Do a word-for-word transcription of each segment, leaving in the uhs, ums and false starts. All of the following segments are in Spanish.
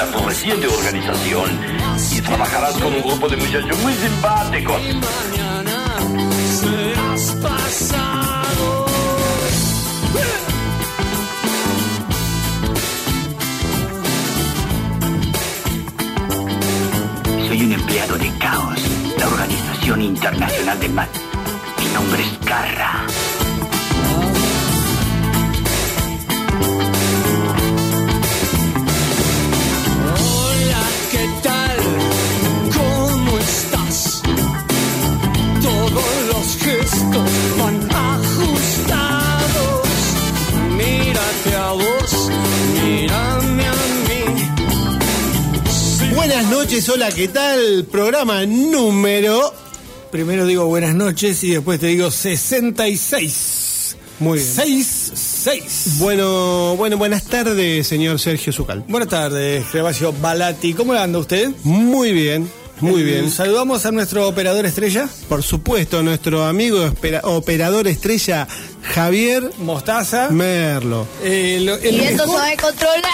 tu reciente organización y trabajarás con un grupo de muchachos muy simpáticos. Y mañana serás pasado. Soy un empleado de Caos, la Organización Internacional del Mal. Mi nombre es Garra. Hola, ¿qué tal? ¿Cómo estás? Todos los gestos van ajustados. Mírate a vos, mírame a mí. Buenas noches, hola, ¿qué tal? Programa número... Primero digo buenas noches y después te digo sesenta y seis. Muy bien. seis, seis. Bueno, bueno, buenas tardes, señor Sergio Zucal. Buenas tardes, Gervasio Balati. ¿Cómo anda usted? Muy bien, muy Eh, bien. Saludamos a nuestro operador estrella, Por supuesto, nuestro amigo espera- operador estrella, Javier Mostaza. Merlo. Eh, lo- el, Y eso mejor, sabe controlar.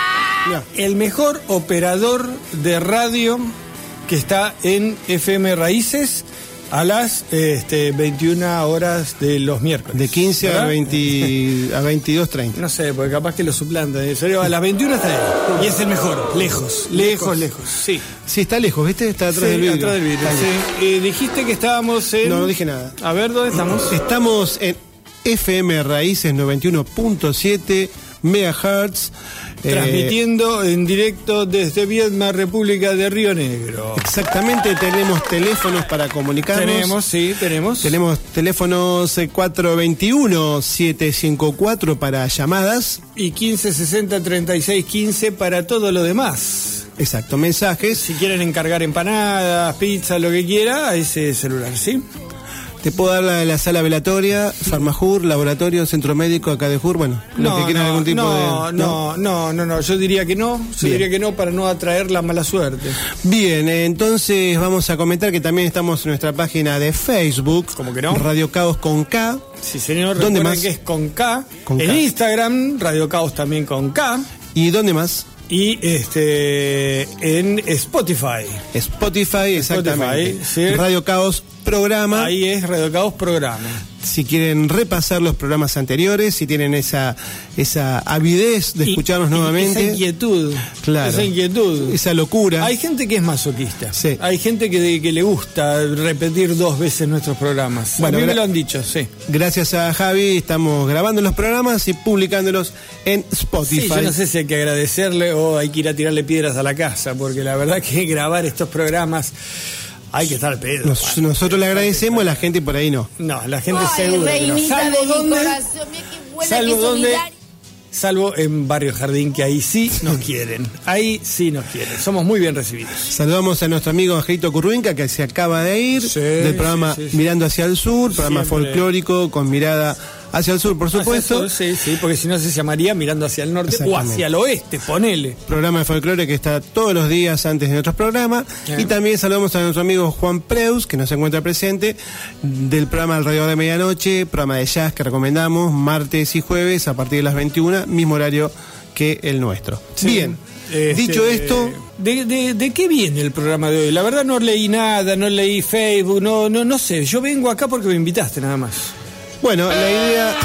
el mejor operador de radio que está en F M Raíces a las este, veintiuna horas de los miércoles. De quince a, ¿verdad? veinte, a veintidós treinta. No sé, porque capaz que lo suplantan. En serio, a las veintiuna está ahí. Y es el mejor. Lejos, lejos, lejos. Sí. Sí, está lejos, ¿viste? Está atrás Sí, del vidrio. atrás del vidrio, Está bien. sí. Eh, dijiste que estábamos en... No, no dije nada. A ver, ¿dónde estamos? Estamos en F M Raíces noventa y uno punto siete megahertz. eh, Transmitiendo en directo desde Viedma, República de Río Negro. exactamente, tenemos teléfonos para comunicarnos. Tenemos, sí, tenemos. Tenemos teléfonos eh, cuatro dos uno, siete cinco cuatro para llamadas. Y quince sesenta treinta y seis quince para todo lo demás. Exacto, mensajes. Si quieren encargar empanadas, pizza, lo que quiera, a ese celular, ¿sí? Te puedo dar la de la sala velatoria, Farmajur, laboratorio, centro médico, acá de Jur, bueno, los que quieran algún tipo no, de... no, no, no, no, yo diría que no, yo Bien. diría que no para no atraer la mala suerte. Bien, eh, entonces vamos a comentar que también estamos en nuestra página de Facebook. ¿Cómo que no? Radio Caos con K. Sí, señor, ¿Dónde recuerden más? que es con K. Con en K. Instagram, Radio Caos también con K. ¿Y dónde más? Y este en Spotify. Spotify, exactamente. sí. Radio Caos Programa. Ahí es Radio Caos Programa. Si quieren repasar los programas anteriores, si tienen esa esa avidez de Y- escucharnos y nuevamente. Esa inquietud. Claro. Esa inquietud. Esa locura. Hay gente que es masoquista. Sí. Hay gente que, que le gusta repetir dos veces nuestros programas. Bueno, a mí me gra- lo han dicho, sí. Gracias a Javi estamos grabando los programas y publicándolos en Spotify. Sí, yo no sé si hay que agradecerle o hay que ir a tirarle piedras a la casa, porque la verdad que grabar estos programas hay que estar al pedo. Nos- Juan. nosotros le agradecemos, la gente por ahí no. No, la gente Ay, seguro que no. reinita Salvo de mi donde, corazón, mira qué buena, salvo qué donde, solidaria. salvo en Barrio Jardín, que ahí sí nos quieren. Ahí sí nos quieren. Somos muy bien recibidos. Saludamos a nuestro amigo Angelito Curruinca, que se acaba de ir Sí, del programa sí, sí, sí. Mirando hacia el Sur, programa Siempre. folclórico con mirada hacia el sur, por supuesto. Hacia el sur, sí, sí, porque si no se llamaría mirando hacia el norte o Exactamente. hacia el oeste, ponele. Programa de folclore que está todos los días antes de nuestros programas. Sí. Y también saludamos a nuestro amigo Juan Preus, que nos encuentra presente, del programa Alrededor de Medianoche, programa de jazz que recomendamos, martes y jueves a partir de las veintiuna, mismo horario que el nuestro. Sí. Bien, Este, dicho esto, ¿de, de, de qué viene el programa de hoy? La verdad no leí nada, no leí Facebook, no, no, no sé. Yo vengo acá porque me invitaste nada más. bueno, la idea...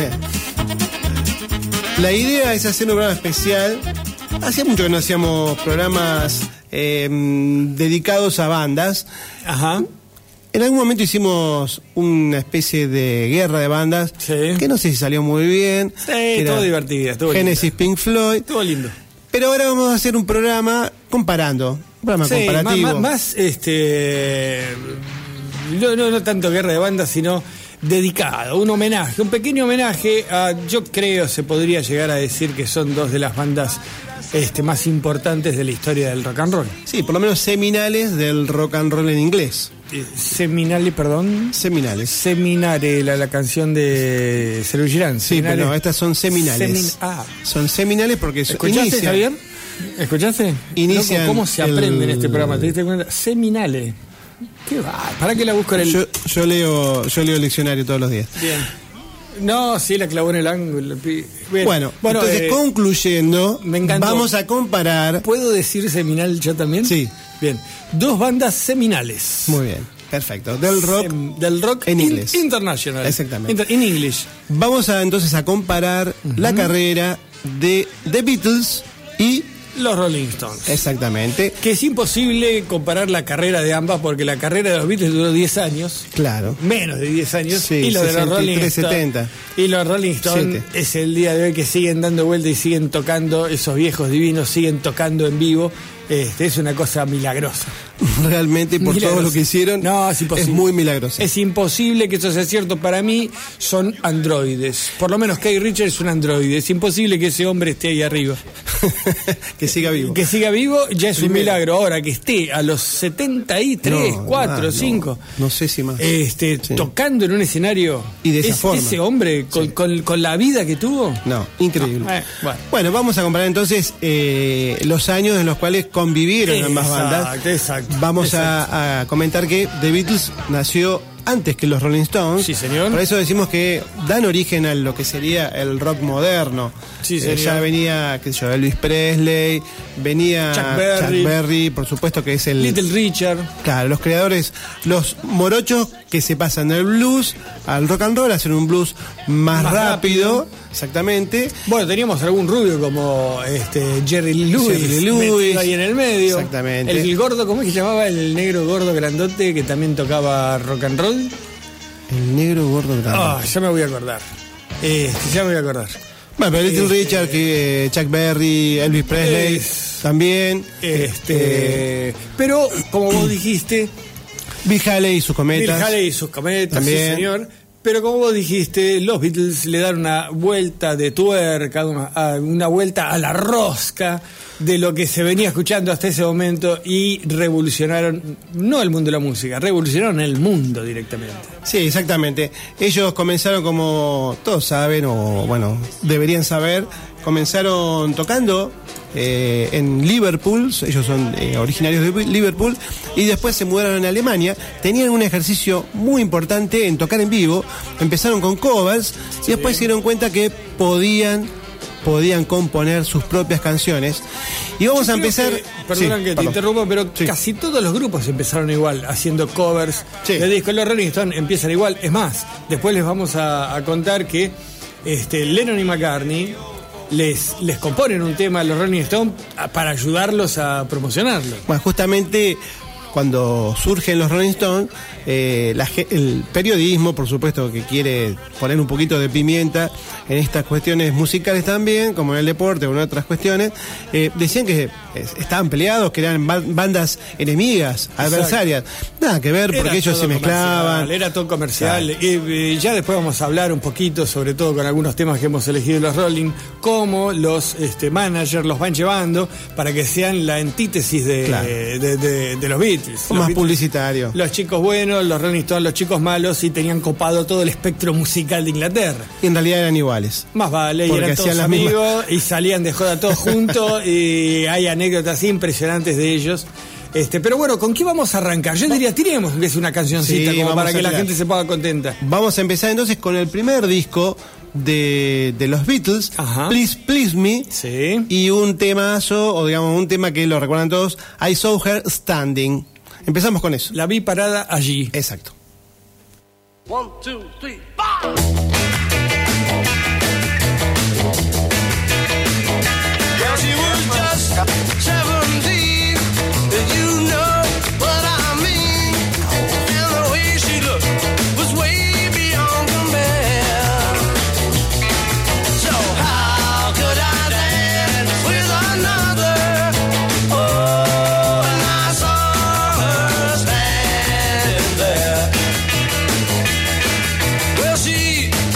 la idea es hacer un programa especial. Hacía mucho que no hacíamos programas eh, dedicados a bandas. Ajá. En algún momento hicimos una especie de guerra de bandas Sí. que no sé si salió muy bien. Sí, que era estuvo divertida, estuvo Genesis, linda. Pink Floyd. Estuvo lindo. Pero ahora vamos a hacer un programa comparando. Un programa Sí, comparativo. más, más, más, este. No, no, no tanto guerra de bandas, sino dedicado, un homenaje, un pequeño homenaje a, yo creo, se podría llegar a decir que son dos de las bandas este, más importantes de la historia del rock and roll. Sí, por lo menos seminales del rock and roll en inglés. Eh, Seminale, perdón. Seminales. Seminare, la, la canción de Serú Girán. Sí, pero no, estas son seminales. Semin- ah. Son seminales porque son- ¿Escuchaste, inician- Javier? ¿Escuchaste? Inician Loco, ¿cómo se el- aprende en este programa? ¿Te diste cuenta? Seminale. ¿Qué va? ¿Para qué la busco en el...? Yo, yo leo yo leo el diccionario todos los días. Bien. No, sí, la clavó en el ángulo. Bien. Bueno, bueno, entonces eh, concluyendo, me encantó. Vamos a comparar. ¿Puedo decir seminal yo también? Sí. Bien. Dos bandas seminales. Muy bien, perfecto. Del rock. Sem, del rock en in, inglés. International. Exactamente. Inter, in English. Vamos a entonces a comparar uh-huh. la carrera de The Beatles y los Rolling Stones. Exactamente. Que es imposible comparar la carrera de ambas porque la carrera de los Beatles duró diez años. Claro. Menos de diez años. Sí, y lo de los Rolling Stones. setenta. Y los Rolling Stones es el día de hoy que siguen dando vuelta y siguen tocando, esos viejos divinos siguen tocando en vivo. Este, es una cosa milagrosa. Realmente, por milagrosa. todo lo que hicieron, no, es, es muy milagroso. Es imposible que eso sea cierto. Para mí son androides. Por lo menos Keith Richards es un androide. Es imposible que ese hombre esté ahí arriba. Que siga vivo. Que siga vivo ya es Primero. un milagro. Ahora que esté a los setenta y tres, no, cuatro, no, cinco. No, no sé si más. Este, sí. Tocando en un escenario. Y de esa es, forma. Ese hombre con, sí. con, con la vida que tuvo. No, increíble. No, eh, bueno. bueno, vamos a comparar entonces eh, los años en los cuales convivieron Exacto, ambas bandas. Exacto. Vamos exacto. A, a comentar que The Beatles nació antes que los Rolling Stones. Sí, señor. Por eso decimos que dan origen a lo que sería el rock moderno. Sí, señor. Eh, ya venía, qué sé yo, Elvis Presley, venía Chuck Berry. Chuck Berry, por supuesto que es el... Little Richard. Claro, los creadores, los morochos que se pasan del blues al rock and roll, hacen un blues más, Más rápido, rápido. Exactamente. Bueno, teníamos algún rubio como este Jerry Lewis, Jerry Lewis ahí en el medio. Exactamente. El, el gordo, ¿cómo es que se llamaba? El negro gordo grandote que también tocaba rock and roll. El negro gordo grande. Ah, ya me voy a acordar. Este, ya me voy a acordar. Bueno, pero Little Este, Richard, que Chuck Berry, Elvis Presley, es- también. Este, pero como vos dijiste, Bill Haley y sus Bill cometas. Haley y sus cometas, sí, También. señor. Pero como vos dijiste, los Beatles le dan una vuelta de tuerca, una, a- una vuelta a la rosca de lo que se venía escuchando hasta ese momento y revolucionaron, no el mundo de la música, revolucionaron el mundo directamente. Sí, exactamente. Ellos comenzaron, como todos saben, o bueno, deberían saber, comenzaron tocando eh, en Liverpool, ellos son eh, originarios de Liverpool, y después se mudaron a Alemania. Tenían un ejercicio muy importante en tocar en vivo, empezaron con covers, y después se dieron cuenta que podían podían componer sus propias canciones. Y vamos Yo a creo empezar... que- Perdonan Sí, que te perdón. interrumpa, pero Sí. casi todos los grupos empezaron igual, haciendo covers Sí. de discos. Los Rolling Stones empiezan igual. Es más, después les vamos a, a contar que este, Lennon y McCartney les, les componen un tema a los Rolling Stones a- para ayudarlos a promocionarlo. Bueno, justamente cuando surgen los Rolling Stones, eh, la ge- el periodismo, por supuesto, que quiere poner un poquito de pimienta en estas cuestiones musicales también, como en el deporte o en otras cuestiones, eh, decían que eh, estaban peleados, que eran ba- bandas enemigas, adversarias. Nada que ver, porque Era ellos todo se mezclaban. comercial, Era todo comercial. Y, eh, ya después vamos a hablar un poquito, sobre todo con algunos temas que hemos elegido los Rolling, cómo los este, managers los van llevando para que sean la antítesis de, Claro. de, de- de los Beatles. Los Más Beatles, publicitario. Los chicos buenos, los Rolling Stones, los chicos malos, y tenían copado todo el espectro musical de Inglaterra. Y en realidad eran iguales. Más vale, y Porque eran todos hacían las mismas- amigos y salían de joda todos juntos y hay anécdotas impresionantes de ellos. Este, pero bueno, ¿con qué vamos a arrancar? Yo diría, tiremos que es una cancioncita Sí, como vamos para a que la tirar. gente se ponga contenta. Vamos a empezar entonces con el primer disco de, de los Beatles, Ajá. Please Please Me. Sí. Y un temazo, o digamos un tema que lo recuerdan todos, I Saw Her Standing. Empezamos con eso. La vi parada allí. Exacto. One, two, three, four. Well, she was just seventeen, and you know what I mean. And the way she looked was way beyond compare. So how could I dance with another? Oh, and I saw her standing there. Well, she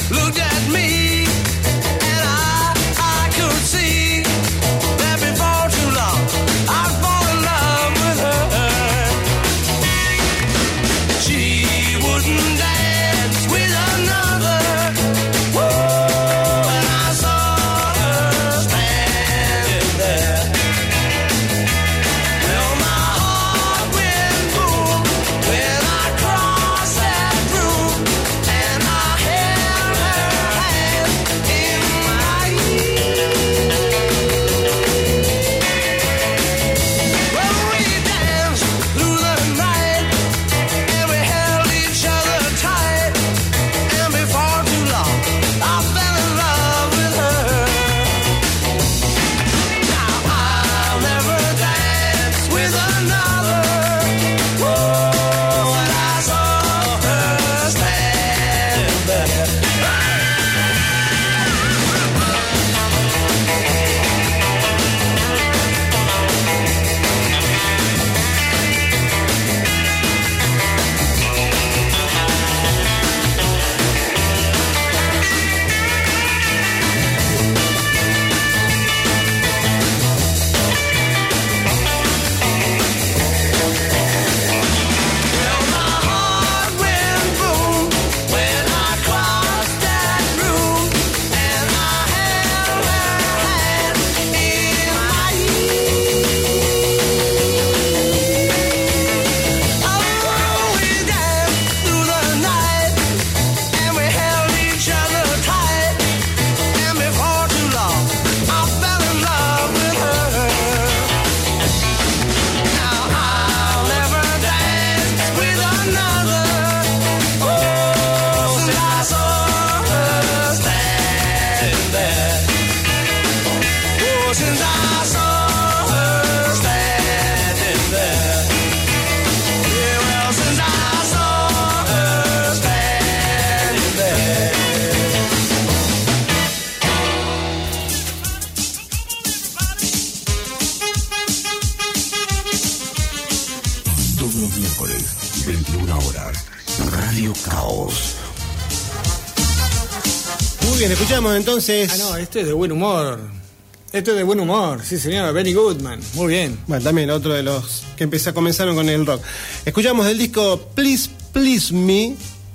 bien, escuchamos entonces. Ah, no, esto es de buen humor. Esto es de buen humor, sí señor, Benny Goodman, muy bien. Bueno, también otro de los que empezó, comenzaron con el rock. Escuchamos del disco Please Please Me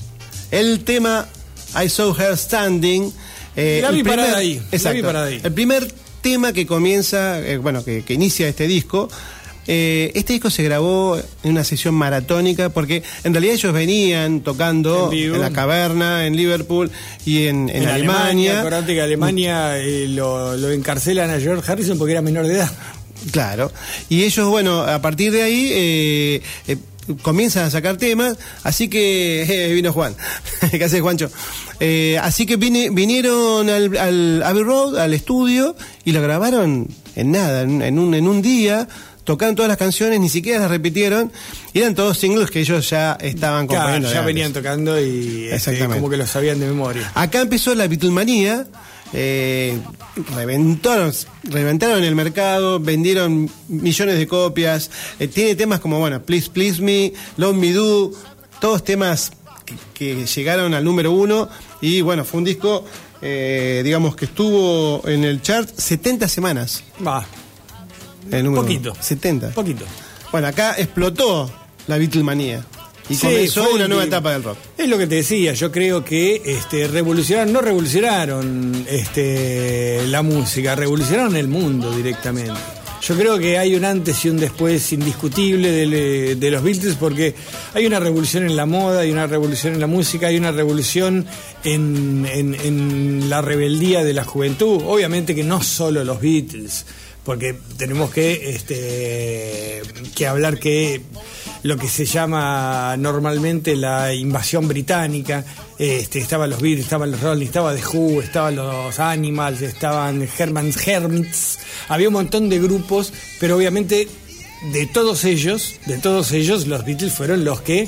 el tema I Saw Her Standing. Eh, la vi el primer, parada ahí, exacto, la vi parada ahí. El primer tema que comienza, eh, bueno, que, que inicia este disco. Eh, este disco se grabó en una sesión maratónica porque en realidad ellos venían tocando en, en la caverna, en Liverpool y en, en, en Alemania. Alemania. Acordate que Alemania eh, lo, lo encarcelan a George Harrison porque era menor de edad. Claro. Y ellos, bueno, a partir de ahí eh, eh, comienzan a sacar temas, así que eh, vino Juan. ¿Qué haces, Juancho? Eh, así que vine, vinieron al, al Abbey Road, al estudio, y lo grabaron en nada, en, en, un, en un día. Tocaron todas las canciones, ni siquiera las repitieron, y eran todos singles que ellos ya estaban componiendo. Claro, ya venían tocando y este, como que lo sabían de memoria. Acá empezó la Beatlemanía, eh, reventaron, reventaron el mercado, vendieron millones de copias, eh, tiene temas como, bueno, Please Please Me, Love Me Do, todos temas que, que llegaron al número uno, y bueno, fue un disco, eh, digamos, que estuvo en el chart setenta semanas. Va. El número poquito. setenta. Poquito. Bueno, acá explotó la Beatlemanía y sí, comenzó una nueva etapa del rock. Es lo que te decía, yo creo que este, revolucionaron, no revolucionaron este, la música, revolucionaron el mundo directamente. Yo creo que hay un antes y un después indiscutible de, de los Beatles, porque hay una revolución en la moda, hay una revolución en la música, hay una revolución en, en, en la rebeldía de la juventud. Obviamente que no solo los Beatles, porque tenemos que este que hablar que lo que se llama normalmente la invasión británica, este estaban los Beatles, estaban los Rolling, estaba The Who, estaban los Animals, estaban Herman's Hermits, había un montón de grupos, pero obviamente de todos ellos, de todos ellos los Beatles fueron los que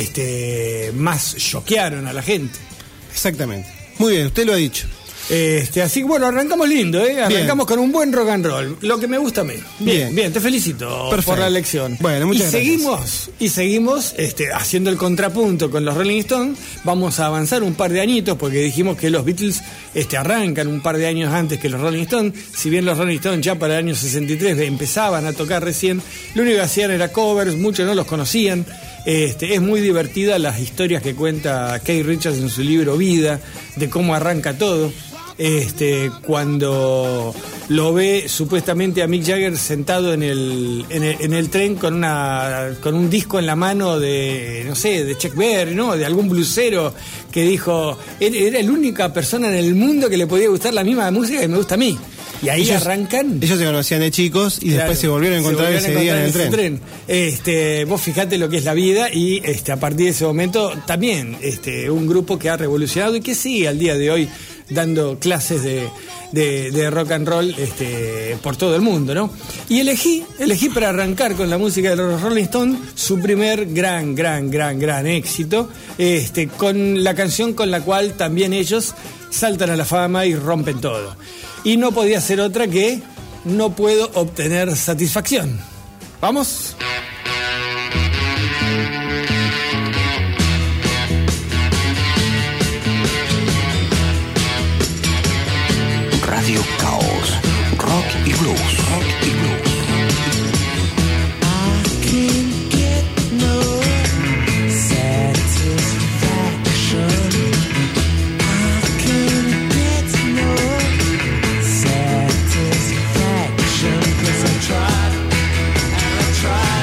este más choquearon a la gente. Exactamente. Muy bien, usted lo ha dicho. Este, así que bueno, arrancamos lindo, ¿eh? Arrancamos bien. Con un buen rock and roll, lo que me gusta a mí. Bien, bien, bien te felicito. Perfecto. Por la elección. Bueno, muchas y gracias. seguimos, y seguimos este, haciendo el contrapunto con los Rolling Stones. Vamos a avanzar un par de añitos, porque dijimos que los Beatles este, arrancan un par de años antes que los Rolling Stones. Si bien los Rolling Stones ya para el año sesenta y tres empezaban a tocar recién, lo único que hacían era covers, muchos no los conocían. Este, es muy divertida las historias que cuenta Keith Richards en su libro Vida, de cómo arranca todo. Este, cuando lo ve supuestamente a Mick Jagger sentado en el, en el, en el tren con una con un disco en la mano de, no sé, de Chuck Berry, ¿no? De algún blusero que dijo, era la única persona en el mundo que le podía gustar la misma música que me gusta a mí. Y ahí ellos, arrancan. Ellos se conocían de chicos y claro, después se volvieron a encontrar ese a día en el tren. tren. Este, vos fijate lo que es la vida y este, a partir de ese momento también este, un grupo que ha revolucionado y que sigue al día de hoy dando clases de, de, de rock and roll este, por todo el mundo, ¿no? Y elegí, elegí para arrancar con la música de los Rolling Stones su primer gran, gran, gran, gran éxito, este, con la canción con la cual también ellos saltan a la fama y rompen todo. Y no podía ser otra que No puedo obtener satisfacción. ¿Vamos? Radio Caos, rock y blues, rock y blues. I can't get no satisfaction. I can't get no satisfaction, 'cause I tried and I tried.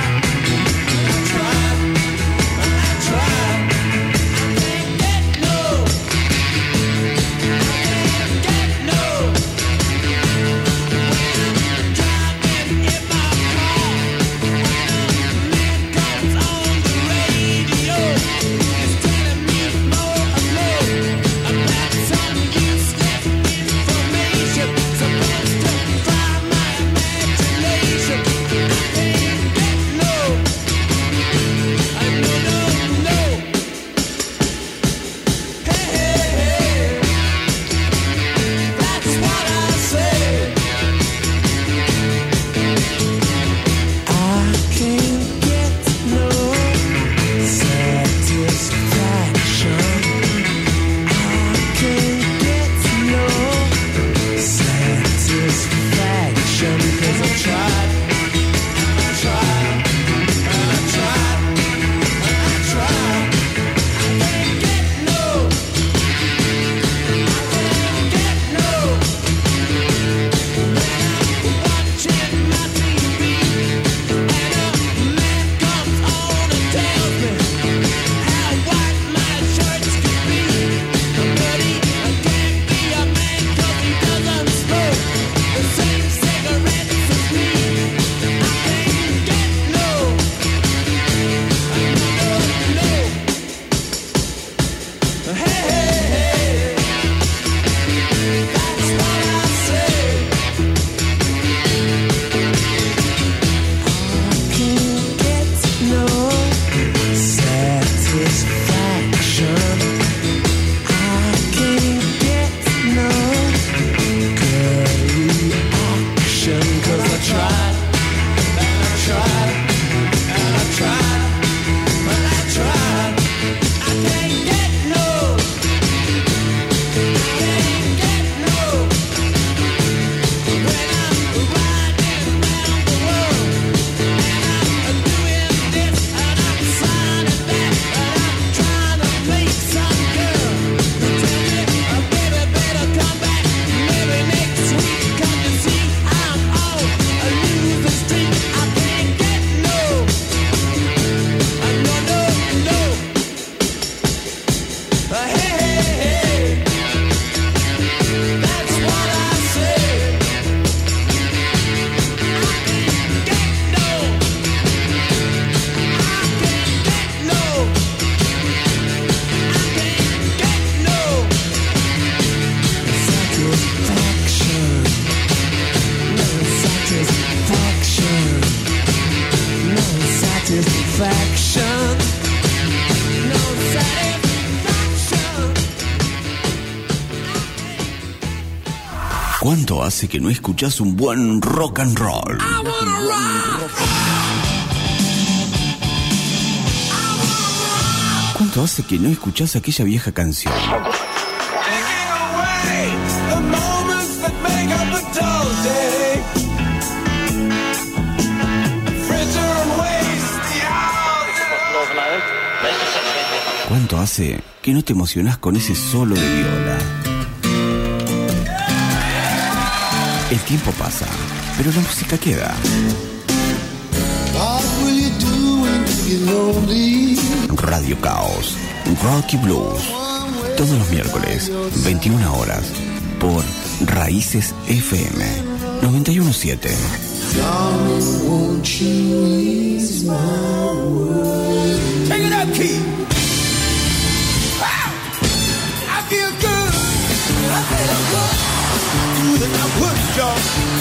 ¿Cuánto hace que no escuchás un buen rock and roll? ¿Cuánto hace que no escuchás aquella vieja canción? ¿Cuánto hace que no te emocionás con ese solo de viola? El tiempo pasa, pero la música queda. Radio Caos, Rock y Blues. Todos los miércoles, veintiuna horas, por Raíces F M noventa y uno punto siete. Take it up, Keith. I feel good. I feel good. Do the now push, y'all.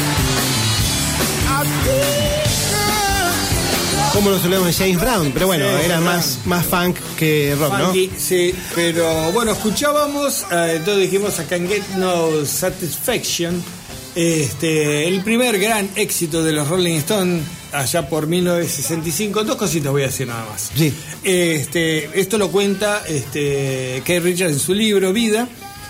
I feel good. Como lo solemos James Brown, pero bueno, Sí, era Brown. más, más funk que rock, Funky, ¿no? sí, pero bueno, escuchábamos, eh, entonces dijimos I Can Get No Satisfaction, este, el primer gran éxito de los Rolling Stones allá por mil novecientos sesenta y cinco. Dos cositas voy a decir nada más. Sí. Este, esto lo cuenta este, Keith Richards en su libro Vida.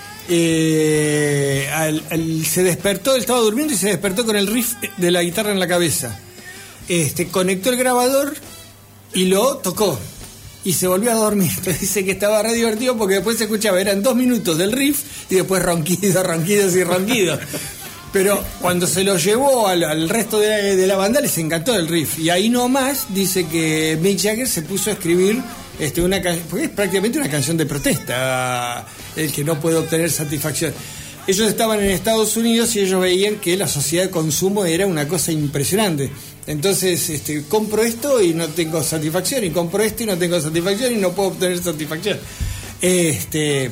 Eh, al- al- se despertó, él estaba durmiendo y se despertó con el riff de la guitarra en la cabeza. Este, conectó el grabador y lo tocó y se volvió a dormir. Entonces dice que estaba re divertido porque después se escuchaba, eran dos minutos del riff y después ronquidos, ronquidos y ronquidos. Pero cuando se lo llevó al, al resto de la, de la banda les encantó el riff. Y ahí nomás dice que Mick Jagger se puso a escribir este, una canción, porque es prácticamente una canción de protesta, el que no puede obtener satisfacción. Ellos estaban en Estados Unidos y ellos veían que la sociedad de consumo era una cosa impresionante. Entonces, este, compro esto y no tengo satisfacción, y compro esto y no tengo satisfacción y no puedo obtener satisfacción. Este,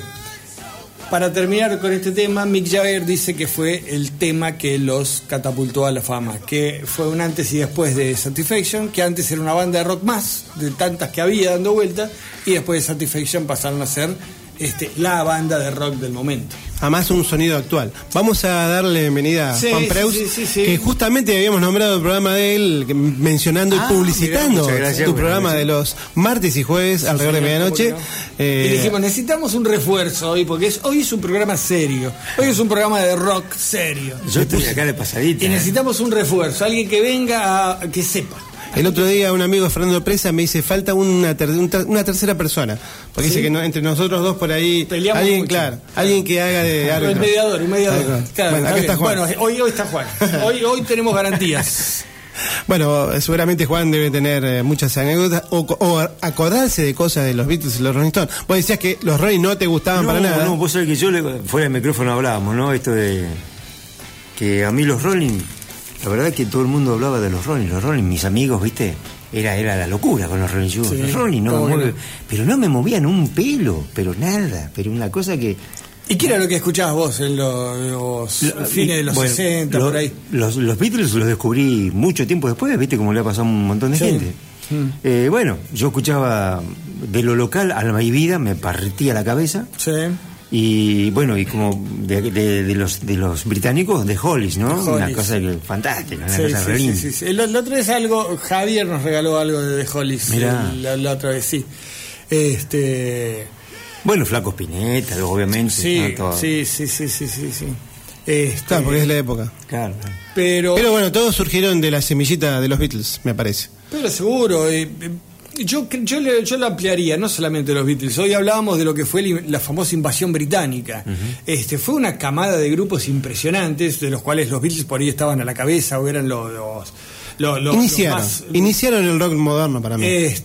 para terminar con este tema, Mick Jagger dice que fue el tema que los catapultó a la fama, que fue un antes y después de Satisfaction, que antes era una banda de rock más, de tantas que había dando vuelta, y después de Satisfaction pasaron a ser este, la banda de rock del momento. Además un sonido actual. Vamos a darle bienvenida a Sí, Juan Preus, sí, sí, sí. que justamente habíamos nombrado el programa de él, que- mencionando Ah, y publicitando mirá, muchas gracias, tu bueno, programa gracias. de los martes y jueves alrededor de Señor, medianoche. ¿cómo que no? Eh, Y dijimos, necesitamos un refuerzo hoy, porque es, hoy es un programa serio. Hoy es un programa de rock serio. Yo estoy acá de pasadita. Y necesitamos un refuerzo, alguien que venga a que sepa. El otro día un amigo, Fernando Presa, me dice falta una, ter- un ter- una tercera persona, porque ¿Sí? dice que no- entre nosotros dos por ahí Peleamos alguien, mucho. claro, alguien que haga de árbitro. Un mediador, un mediador. Claro. Claro, Bueno, acá está está bien. Juan. Bueno, hoy, hoy está Juan. Hoy, hoy tenemos garantías. Bueno, eh, seguramente Juan debe tener eh, muchas anécdotas o, o acordarse de cosas de los Beatles y los Rolling Stones. Vos decías que los Rolling no te gustaban no, para nada. No, vos sabés que yo, le- fuera del micrófono hablábamos, ¿no? Esto de que a mí los Rolling, la verdad que todo el mundo hablaba de los Rolling, los Rolling, mis amigos, ¿viste? Era, era la locura con los Rolling. Yo, Sí, los Rolling no me ¿cómo que mueve, no? pero no me movían un pelo, pero nada, pero una cosa que... ¿Y qué era lo que escuchabas vos en los, los Lo- fines de los bueno, sesenta, lo- por ahí? Los, los Beatles los descubrí mucho tiempo después, viste como le ha pasado a un montón de Sí. gente. Mm. Eh, bueno, yo escuchaba de lo local, Alma y Vida, me partía la cabeza. Sí. Y bueno, y como de, de- de los de los británicos, de Hollies, ¿no? The Una Hollies. cosa que, fantástica, una Sí, cosa sí, re sí, linda. sí, sí. El, el otro vez algo, Javier nos regaló algo de The Hollies. Mirá. el- La, la otra vez, sí. Este. Bueno, Flaco Spinetta, obviamente. Sí, ¿no? Todo. sí, sí, sí, sí, sí, sí. Este, Claro, porque es la época. Claro. pero, Pero bueno, todos surgieron de la semillita de los Beatles, me parece. pero seguro. eh, eh, yo, cre- yo, le- yo lo ampliaría, no solamente los Beatles. Hoy hablábamos de lo que fue la, la famosa invasión británica. este Fue una camada de grupos impresionantes, de los cuales los Beatles por ahí estaban a la cabeza o eran los. los, los- los Iniciaron, más- iniciaron el rock moderno para mí.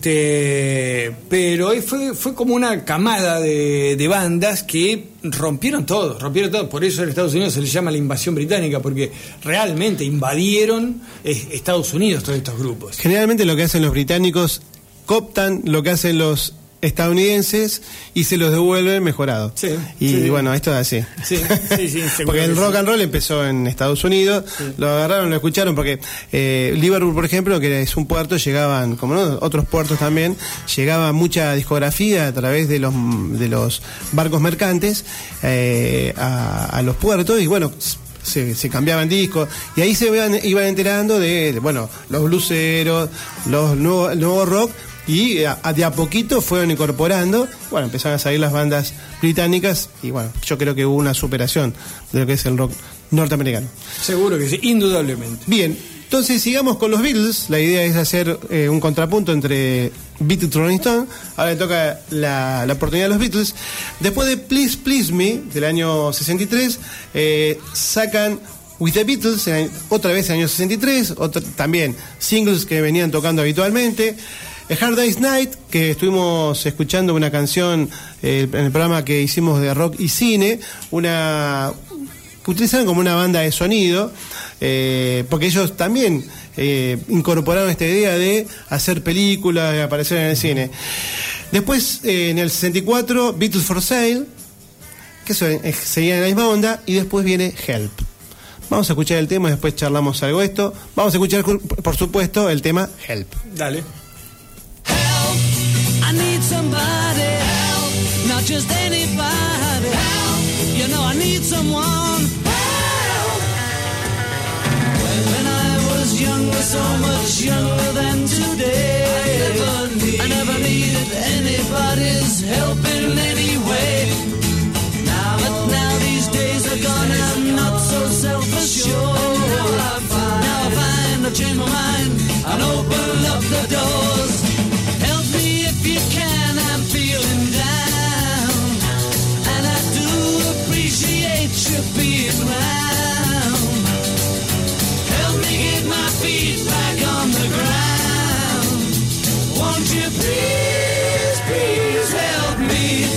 Este, pero fue, fue como una camada de, de bandas que rompieron todo, rompieron todo. Por eso en Estados Unidos se les llama la invasión británica, porque realmente invadieron eh, Estados Unidos todos estos grupos. Generalmente lo que hacen los británicos, cooptan lo que hacen los estadounidenses y se los devuelven mejorado. Sí, y sí. bueno, esto es así. Sí, sí, sí, seguro Porque el que rock sí. and roll empezó en Estados Unidos, lo agarraron, lo escucharon, porque eh, Liverpool, por ejemplo, que es un puerto, llegaban, como no, otros puertos también, llegaba mucha discografía a través de los de los barcos mercantes eh, a, a los puertos y bueno, se, se cambiaban discos y ahí se iban, iban enterando de, de, bueno, los bluseros, los nuevo, el nuevo rock. Y a, a de a poquito fueron incorporando, bueno, empezaron a salir las bandas británicas y bueno, yo creo que hubo una superación de lo que es el rock norteamericano. Seguro que sí, indudablemente. Bien, entonces sigamos con los Beatles. La idea es hacer eh, un contrapunto entre Beatles y Rolling Stone. Ahora le toca la, la oportunidad a los Beatles. Después de Please Please Me, del año sesenta y tres, eh, sacan With the Beatles, en- otra vez en el año sesenta y tres, otra, también singles que venían tocando habitualmente. A Hard Day's Night, que estuvimos escuchando una canción eh, en el programa que hicimos de rock y cine, una que utilizaron como una banda de sonido, eh, porque ellos también eh, incorporaron esta idea de hacer películas, de aparecer en el cine. Después, eh, en el sesenta y cuatro, Beatles for Sale, que eso, eh, seguía en la misma onda, y después viene Help. Vamos a escuchar el tema y después charlamos algo de esto. Vamos a escuchar, por supuesto, el tema Help. Dale. I need somebody help, not just anybody help. You know I need someone help. When I was younger, so much younger than today, I never, need, I never needed anybody's help in any way. Now, but now these days are gone and I'm not so self-assured. Now I find, now I find I've changed my mind and open up the doors. Help me if you can, I'm feeling down, and I do appreciate you being round. Help me get my feet back on the ground. Won't you please, please help me?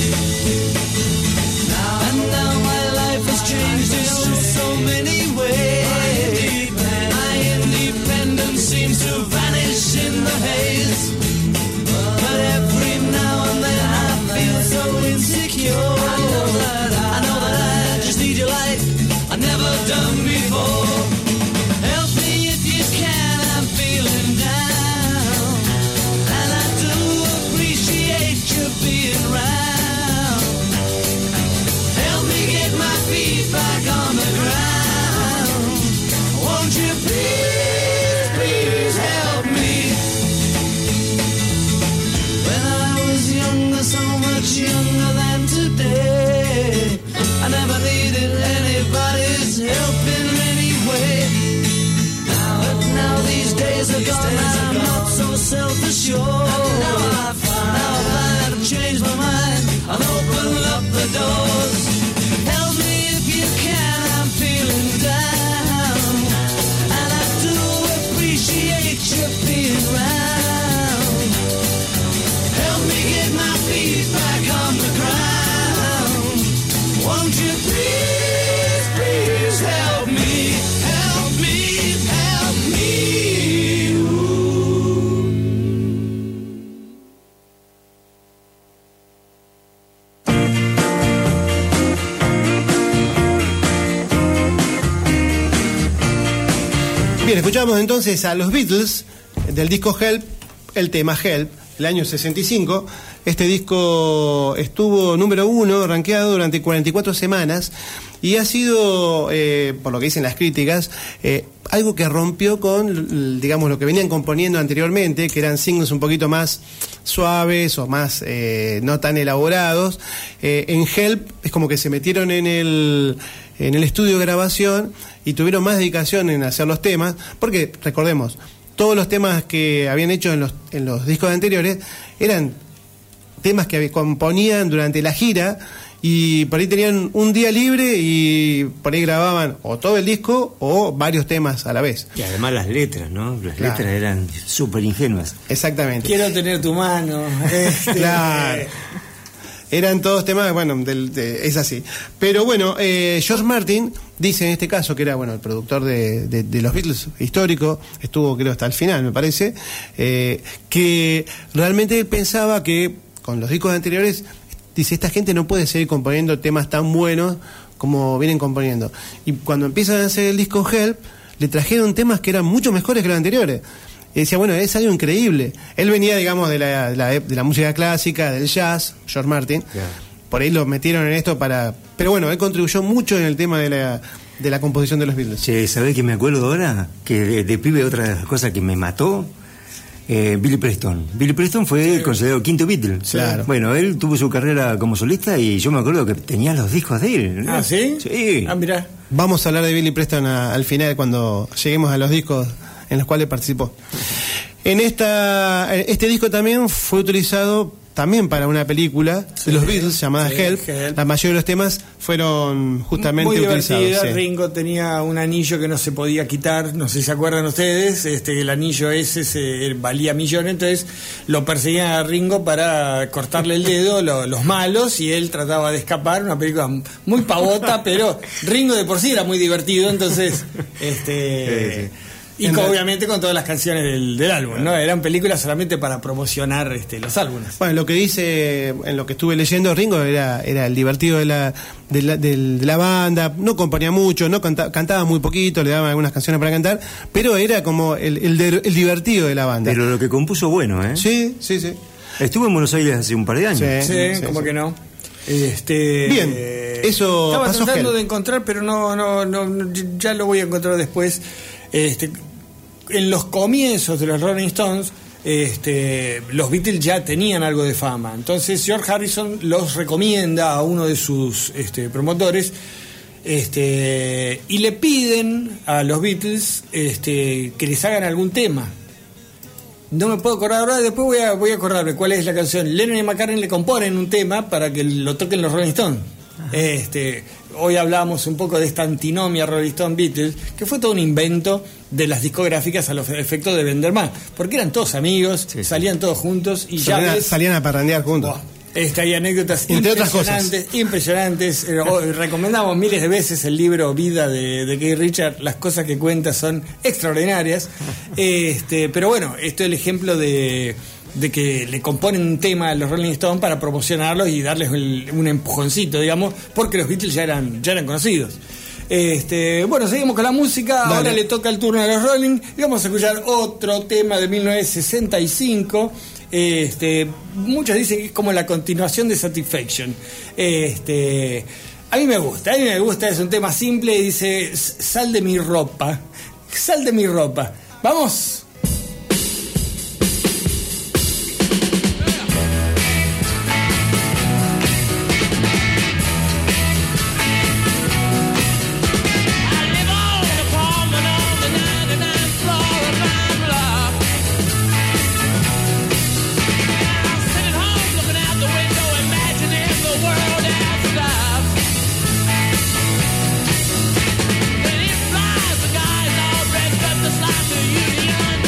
Now and now my life has changed in oh so many ways. My independence seems to vanish in the haze. But every now and then I feel so insecure. I know that I, I know that I just need your light. I've never done before. Help me if you can, I'm feeling down, and I do appreciate you being round. Help me get my feet back on the ground. Won't you please, please help me? When I was younger, so much younger than today, I never needed anybody's help in any way. Now, but now these days are gone, I'm not so self-assured. Now I find, now I find I've changed my mind and open up the doors. Help me if you can. Bien, escuchamos entonces a los Beatles del disco Help, el tema Help, el año sesenta y cinco. Este disco estuvo número uno, rankeado durante cuarenta y cuatro semanas, y ha sido, eh, por lo que dicen las críticas, eh, algo que rompió con, digamos, lo que venían componiendo anteriormente, que eran singles un poquito más suaves o más eh, no tan elaborados. Eh, en Help es como que se metieron en el, en el estudio de grabación y tuvieron más dedicación en hacer los temas, porque, recordemos, todos los temas que habían hecho en los, en los discos anteriores eran temas que componían durante la gira, y por ahí tenían un día libre y por ahí grababan o todo el disco o varios temas a la vez. Y además las letras, ¿no? Las Claro. letras eran súper ingenuas. Exactamente. Quiero tener tu mano. Este, Claro. Eran todos temas, bueno, del, de- es así. Pero bueno, eh, George Martin dice en este caso, que era, bueno, el productor de, de, de los Beatles histórico, estuvo creo hasta el final, me parece, eh, que realmente él pensaba que con los discos anteriores, dice, esta gente no puede seguir componiendo temas tan buenos como vienen componiendo. Y cuando empiezan a hacer el disco Help, le trajeron temas que eran mucho mejores que los anteriores. Y decía, bueno, es algo increíble. Él venía, digamos, de la, de la, de la música clásica, del jazz, George Martin. Yeah. Por ahí lo metieron en esto para... Pero bueno, él contribuyó mucho en el tema de la, de la composición de los Beatles. Che, ¿sabés qué me acuerdo ahora? Que de, de pibe otra de las cosas que me mató, eh, Billy Preston. Billy Preston fue Sí. considerado el quinto Beatle. Claro. Bueno, él tuvo su carrera como solista y yo me acuerdo que tenía los discos de él. ¿no? ¿Ah, sí? Sí. Ah, mirá. Vamos a hablar de Billy Preston a- al final, cuando lleguemos a los discos en los cuales participó. En esta, este disco también fue utilizado también para una película de los Beatles llamada sí, Help. Help. La mayoría de los temas fueron justamente Muy divertida. utilizados. sí. Ringo tenía un anillo que no se podía quitar, no sé si se acuerdan ustedes, este el anillo ese se, valía millones, entonces lo perseguían a Ringo para cortarle el dedo lo- los malos, y él trataba de escapar. Una película muy pavota, pero Ringo de por sí era muy divertido, entonces este Sí, sí. y con- obviamente con todas las canciones del, del álbum, ¿no? Eran películas solamente para promocionar este los álbumes. Bueno, lo que dice, en lo que estuve leyendo, Ringo era, era el divertido de la, de la, del- de la banda, no componía mucho, no canta- cantaba muy poquito, le daban algunas canciones para cantar, pero era como el, el, de- el divertido de la banda. Pero lo que compuso bueno, ¿eh? Sí, sí, sí. Estuvo en Buenos Aires hace un par de años. Sí. Sí, sí, como sí. que no. Este, Bien, eh, eso estaba pasó tratando Help. de encontrar, pero no, no, no, no, ya lo voy a encontrar después. Este, en los comienzos de los Rolling Stones, este, los Beatles ya tenían algo de fama. Entonces George Harrison los recomienda a uno de sus este, promotores. Este, y le piden a los Beatles este, que les hagan algún tema. No me puedo acordar ahora, después voy a, voy a acordarme cuál es la canción. Lennon y McCartney le componen un tema para que lo toquen los Rolling Stones. Este, hoy hablamos un poco de esta antinomia Rolling Stone Beatles, que fue todo un invento de las discográficas a los efectos de vender más, porque eran todos amigos, Sí, sí. salían todos juntos y ya Salían, a- ves, salían a parrandear juntos. buah, este, hay anécdotas Entre otras impresionantes, impresionantes. Eh, o- recomendamos miles de veces el libro Vida de, de Keith Richards. Las cosas que cuenta son extraordinarias. Este, pero bueno, esto es el ejemplo de, de que le componen un tema a los Rolling Stones para promocionarlos y darles el- un empujoncito, digamos, porque los Beatles ya eran, ya eran conocidos. Este, bueno, seguimos con la música. Dale. Ahora le toca el turno a los Rolling y vamos a escuchar otro tema de mil novecientos sesenta y cinco. Este, muchos dicen que es como la continuación de Satisfaction. Este, a mí me gusta, a mí me gusta, es un tema simple y dice: sal de mi ropa, sal de mi ropa. Vamos. I live on an apartment on the ninety-ninth floor of my block. And I'm sitting home looking out the window, imagining the world has stopped. When it flies, the guys all dressed up just like the Union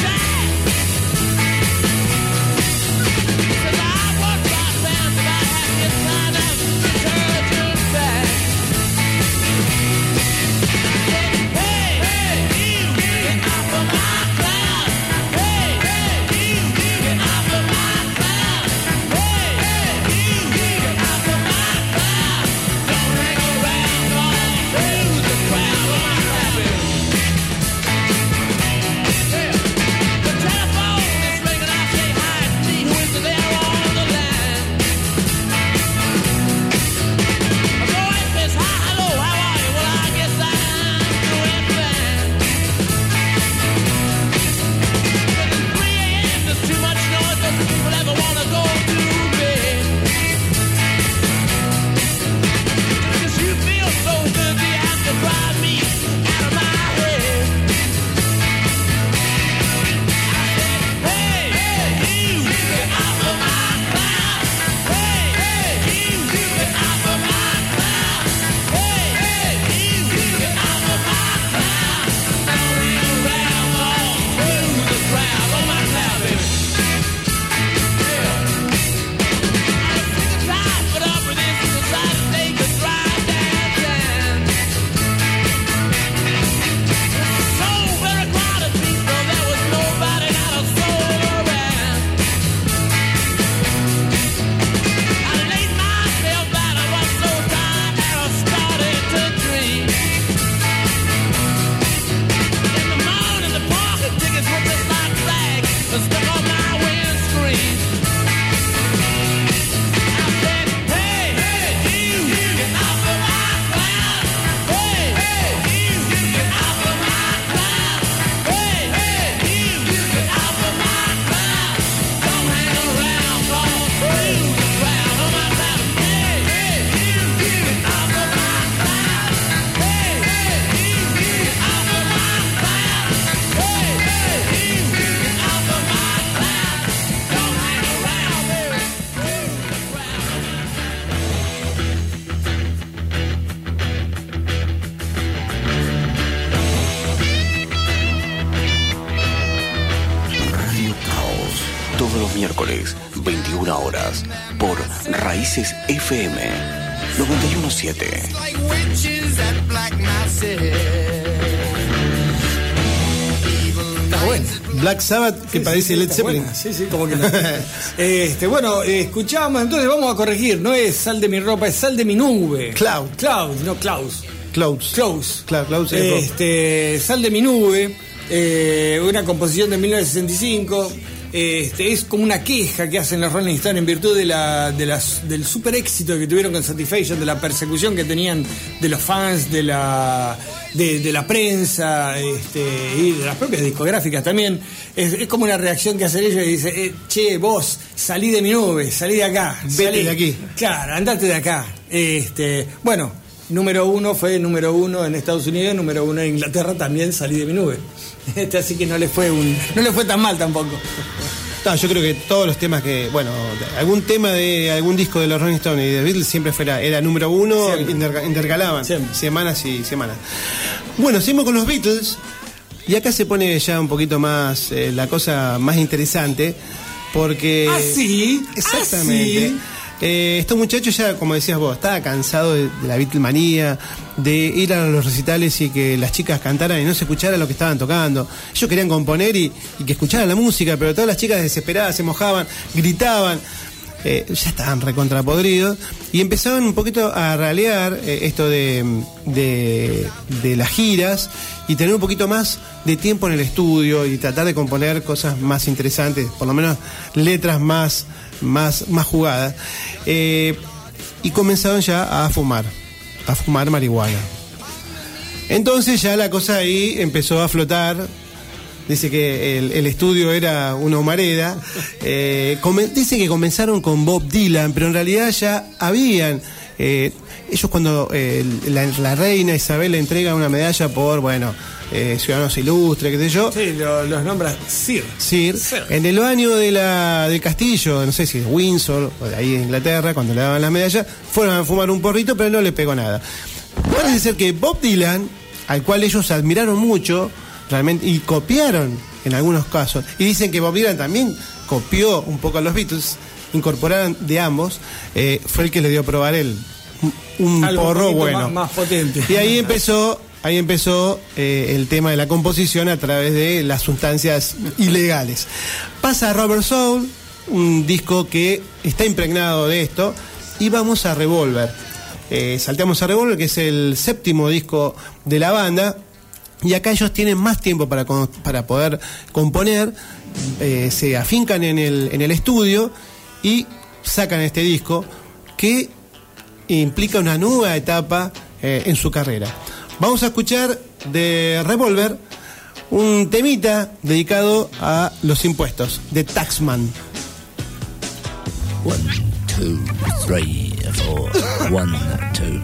los miércoles, veintiuna horas, por Raíces F M noventa y uno punto siete. Está bueno. Black Sabbath, que Sí, parece sí, Led está Zeppelin. buena. Sí, sí, como que no. este, bueno, eh, escuchábamos, entonces vamos a corregir. No es Sal de mi ropa, es Sal de mi nube. Cloud. Cloud, no Klaus. Clouds. Klaus. Claro, Clouds es Este, Sal de mi nube, eh, una composición de mil novecientos sesenta y cinco. Este, es como una queja que hacen los Rolling Stones en virtud de la, de las, del super éxito que tuvieron con Satisfaction, de la persecución que tenían de los fans, de la, de, de la prensa, este, y de las propias discográficas también. Es, es como una reacción que hacen ellos y dicen, eh, che, vos, salí de mi nube, salí de acá. Vete salí, de aquí. Claro, andate de acá. Este, bueno, número uno fue número uno en Estados Unidos, número uno en Inglaterra, también salí de mi nube. Este, así que no le fue un, no le fue tan mal tampoco. No, yo creo que todos los temas que, bueno, algún tema de algún disco de los Rolling Stones y de Beatles siempre fuera, era número uno, interca- intercalaban Siempre. semanas y semanas. Bueno, seguimos con los Beatles y acá se pone ya un poquito más eh, la cosa más interesante porque ¿Ah, sí? exactamente. ¿Ah, sí? Eh, estos muchachos ya, como decías vos, estaba cansado de, de la Beatlemanía, de ir a los recitales y que las chicas cantaran y no se escuchara lo que estaban tocando. Ellos querían componer y, y que escucharan la música, pero todas las chicas desesperadas se mojaban, gritaban, eh, ya estaban recontrapodridos y empezaban un poquito a ralear eh, esto de, de, de las giras y tener un poquito más de tiempo en el estudio y tratar de componer cosas más interesantes, por lo menos letras más más, más jugadas, eh, y comenzaron ya a fumar, a fumar marihuana. Entonces ya la cosa ahí empezó a flotar. Dice que el, el estudio era una humareda. Eh, come, dice que comenzaron con Bob Dylan, pero en realidad ya habían... Eh, ellos cuando eh, la, la reina Isabel le entrega una medalla por, bueno, eh, ciudadanos ilustres, qué sé yo. Sí, lo- los nombra Sir. Sir, Sir. en el baño de la, del castillo, no sé si es Windsor o de ahí en Inglaterra, cuando le daban las medallas, fueron a fumar un porrito, pero no le pegó nada. Parece ser que Bob Dylan, al cual ellos admiraron mucho, realmente, y copiaron en algunos casos, y dicen que Bob Dylan también copió un poco a los Beatles, incorporaron de ambos, eh, fue el que le dio a probar el, un Algo un porro poquito bueno. Más, más potente. Y ahí empezó, ahí empezó eh, el tema de la composición a través de las sustancias ilegales. Pasa a Rubber Soul, un disco que está impregnado de esto, y vamos a Revolver. Eh, salteamos a Revolver, que es el séptimo disco de la banda, y acá ellos tienen más tiempo para, con- para poder componer, eh, se afincan en el, en el estudio y sacan este disco que implica una nueva etapa eh, en su carrera. Vamos a escuchar de Revolver un temita dedicado a los impuestos, de Taxman. One, two, three, four. One, two.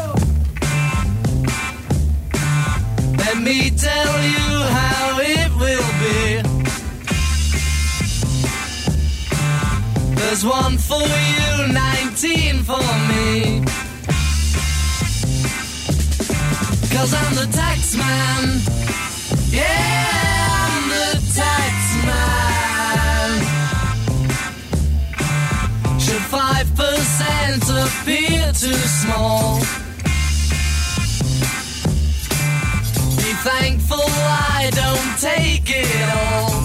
Let me tell you how it will be. There's one for you, nineteen for me. Cause I'm the tax man. Yeah, I'm the tax man. Should five percent appear too small? Be thankful I don't take it all.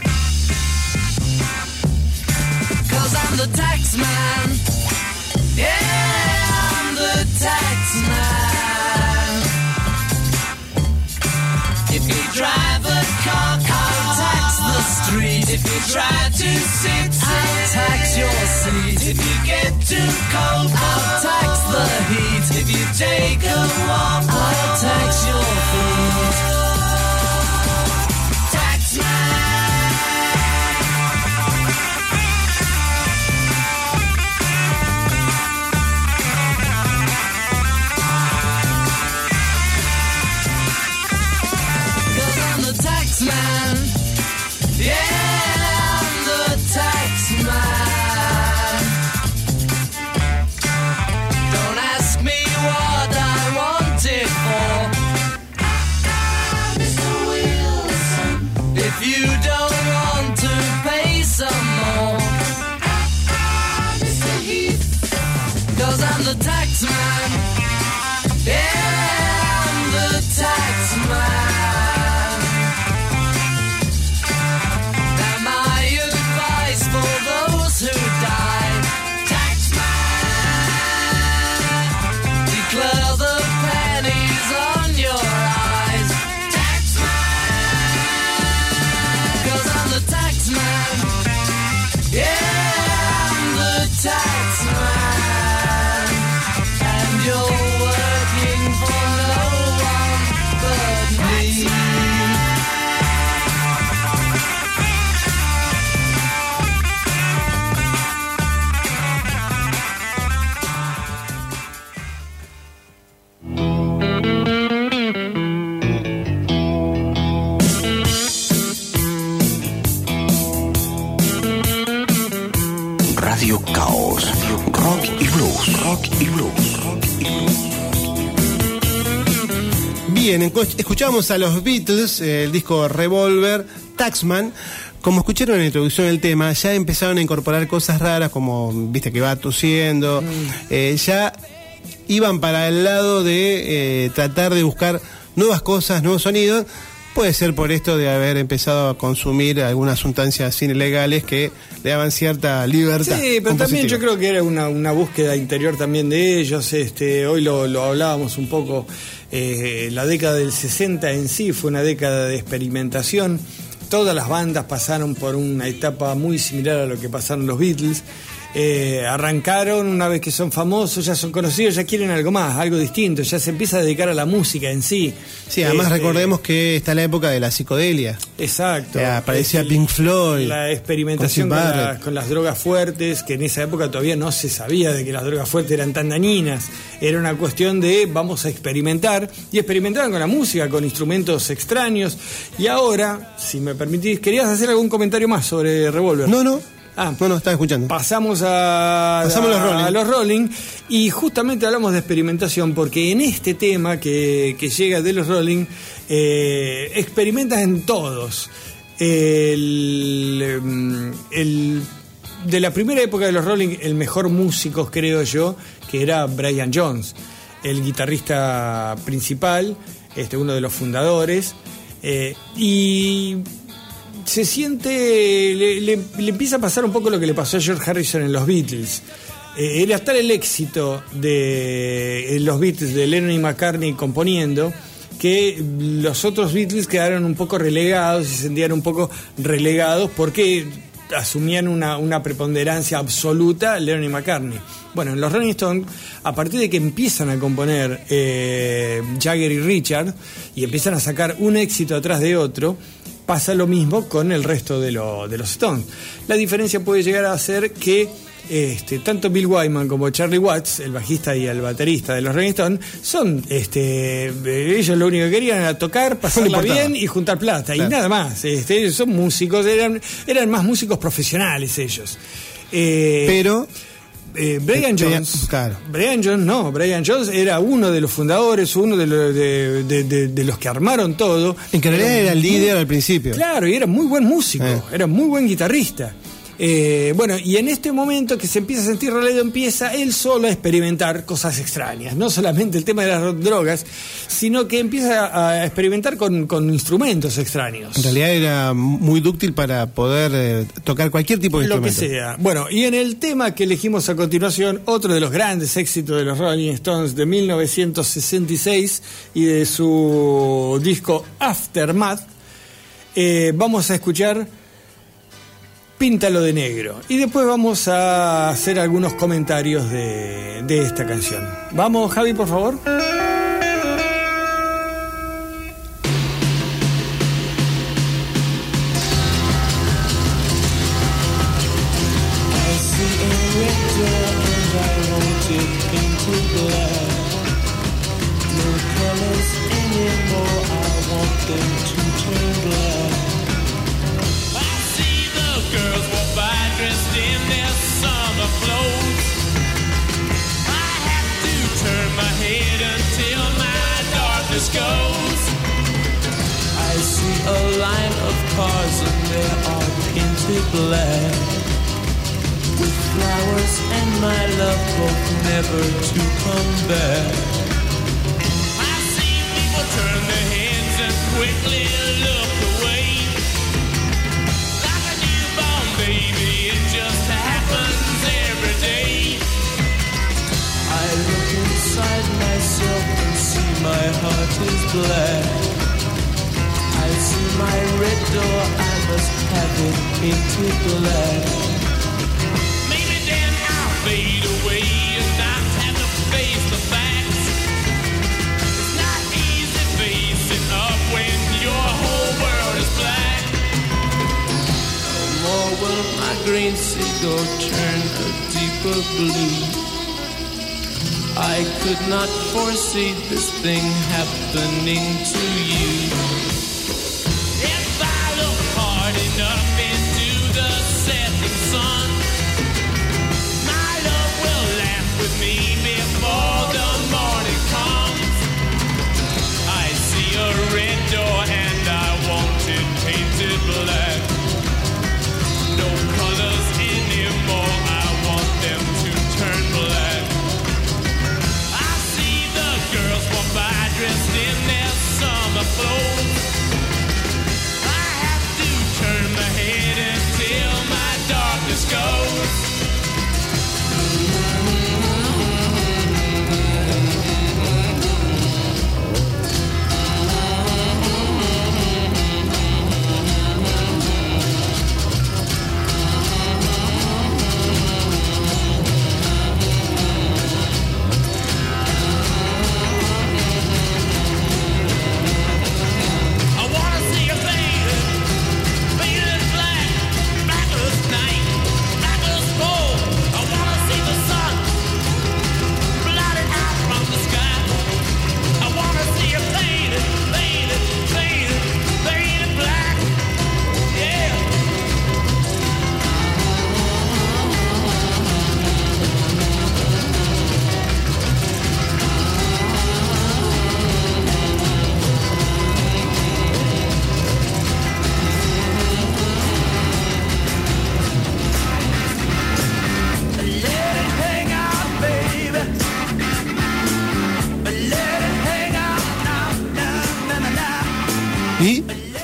Cause I'm the tax man. Yeah, I'm the tax man. If you drive a car, I'll tax the street. If you try to sit, I'll tax your seat. If you get too cold, I'll tax the heat. If you take a walk, I'll tax your feet. Tax man. Cause I'm the tax man. Yeah, I'm the tax man. Don't ask me what I wanted. Bien, escuchamos a los Beatles, el disco Revolver, Taxman. Como escucharon en la introducción del tema, ya empezaron a incorporar cosas raras, como, viste, que va tosiendo. Mm. Eh, ya iban para el lado de eh, tratar de buscar nuevas cosas, nuevos sonidos. Puede ser por esto de haber empezado a consumir algunas sustancias ilegales que le daban cierta libertad. Sí, pero también yo creo que era una, una búsqueda interior también de ellos. Este, hoy lo, lo hablábamos un poco, eh, la década del sesenta en sí fue una década de experimentación. Todas las bandas pasaron por una etapa muy similar a lo que pasaron los Beatles. Eh, arrancaron, una vez que son famosos, ya son conocidos, ya quieren algo más, algo distinto, ya se empieza a dedicar a la música en sí. Sí, además este, recordemos que está la época de la psicodelia. Exacto. Eh, aparecía Pink Floyd. La experimentación con, con, la, con las drogas fuertes, que en esa época todavía no se sabía de que las drogas fuertes eran tan dañinas. Era una cuestión de vamos a experimentar, y experimentaban con la música, con instrumentos extraños. Y ahora, si me permitís, ¿querías hacer algún comentario más sobre Revolver? No, no. Ah, no, no, estaba escuchando. Pasamos a, Pasamos a, los Rolling. a los Rolling y justamente hablamos de experimentación porque en este tema que, que llega de los Rolling eh, experimentas en todos. El, el, de la primera época de los Rolling, el mejor músico, creo yo, que era Brian Jones, el guitarrista principal, este, uno de los fundadores, eh, y se siente, le, le, le empieza a pasar un poco lo que le pasó a George Harrison en los Beatles. Eh, era tal el éxito de los Beatles, de Lennon y McCartney componiendo, que los otros Beatles quedaron un poco relegados y se sentían un poco relegados porque asumían una, una preponderancia absoluta Lennon y McCartney. Bueno, en los Rolling Stones, a partir de que empiezan a componer eh, Jagger y Richard y empiezan a sacar un éxito atrás de otro, pasa lo mismo con el resto de, lo, de los Stones. La diferencia puede llegar a ser que este, tanto Bill Wyman como Charlie Watts, el bajista y el baterista de los Rolling Stones, son, este, ellos lo único que querían era tocar, pasarla bien y juntar plata, claro. Y nada más. Este, ellos son músicos, eran, eran más músicos profesionales ellos. Eh, Pero... Eh, Brian Jones, claro. Brian Jones no, Brian Jones era uno de los fundadores, uno de, lo, de, de, de, de los que armaron todo. En que en realidad era el líder al principio. Claro, y era muy buen músico, eh. era muy buen guitarrista. Eh, bueno, y en este momento que se empieza a sentir relajado, empieza él solo a experimentar cosas extrañas. No solamente el tema de las drogas, sino que empieza a experimentar con, con instrumentos extraños. En realidad era muy dúctil para poder eh, tocar cualquier tipo de Lo instrumento. que sea. Bueno, y en el tema que elegimos a continuación, otro de los grandes éxitos de los Rolling Stones de mil novecientos sesenta y seis y de su disco Aftermath, eh, vamos a escuchar Píntalo de negro. Y después vamos a hacer algunos comentarios de, de esta canción. Vamos, Javi, por favor. Goes. I see a line of cars and they are painted black, with flowers and my love both never to come back. I see people turn their heads and quickly look away, like a newborn baby, it just happens every day. I look inside myself and see my heart is black. I see my red door, I must have it painted black. Maybe then I'll fade away and not have to face the facts. It's not easy facing up when your whole world is black. No more will my green seagull turn a deeper blue. I could not foresee this thing happening to you. If I look hard enough into the setting sun, my love will laugh with me before the morning comes. I see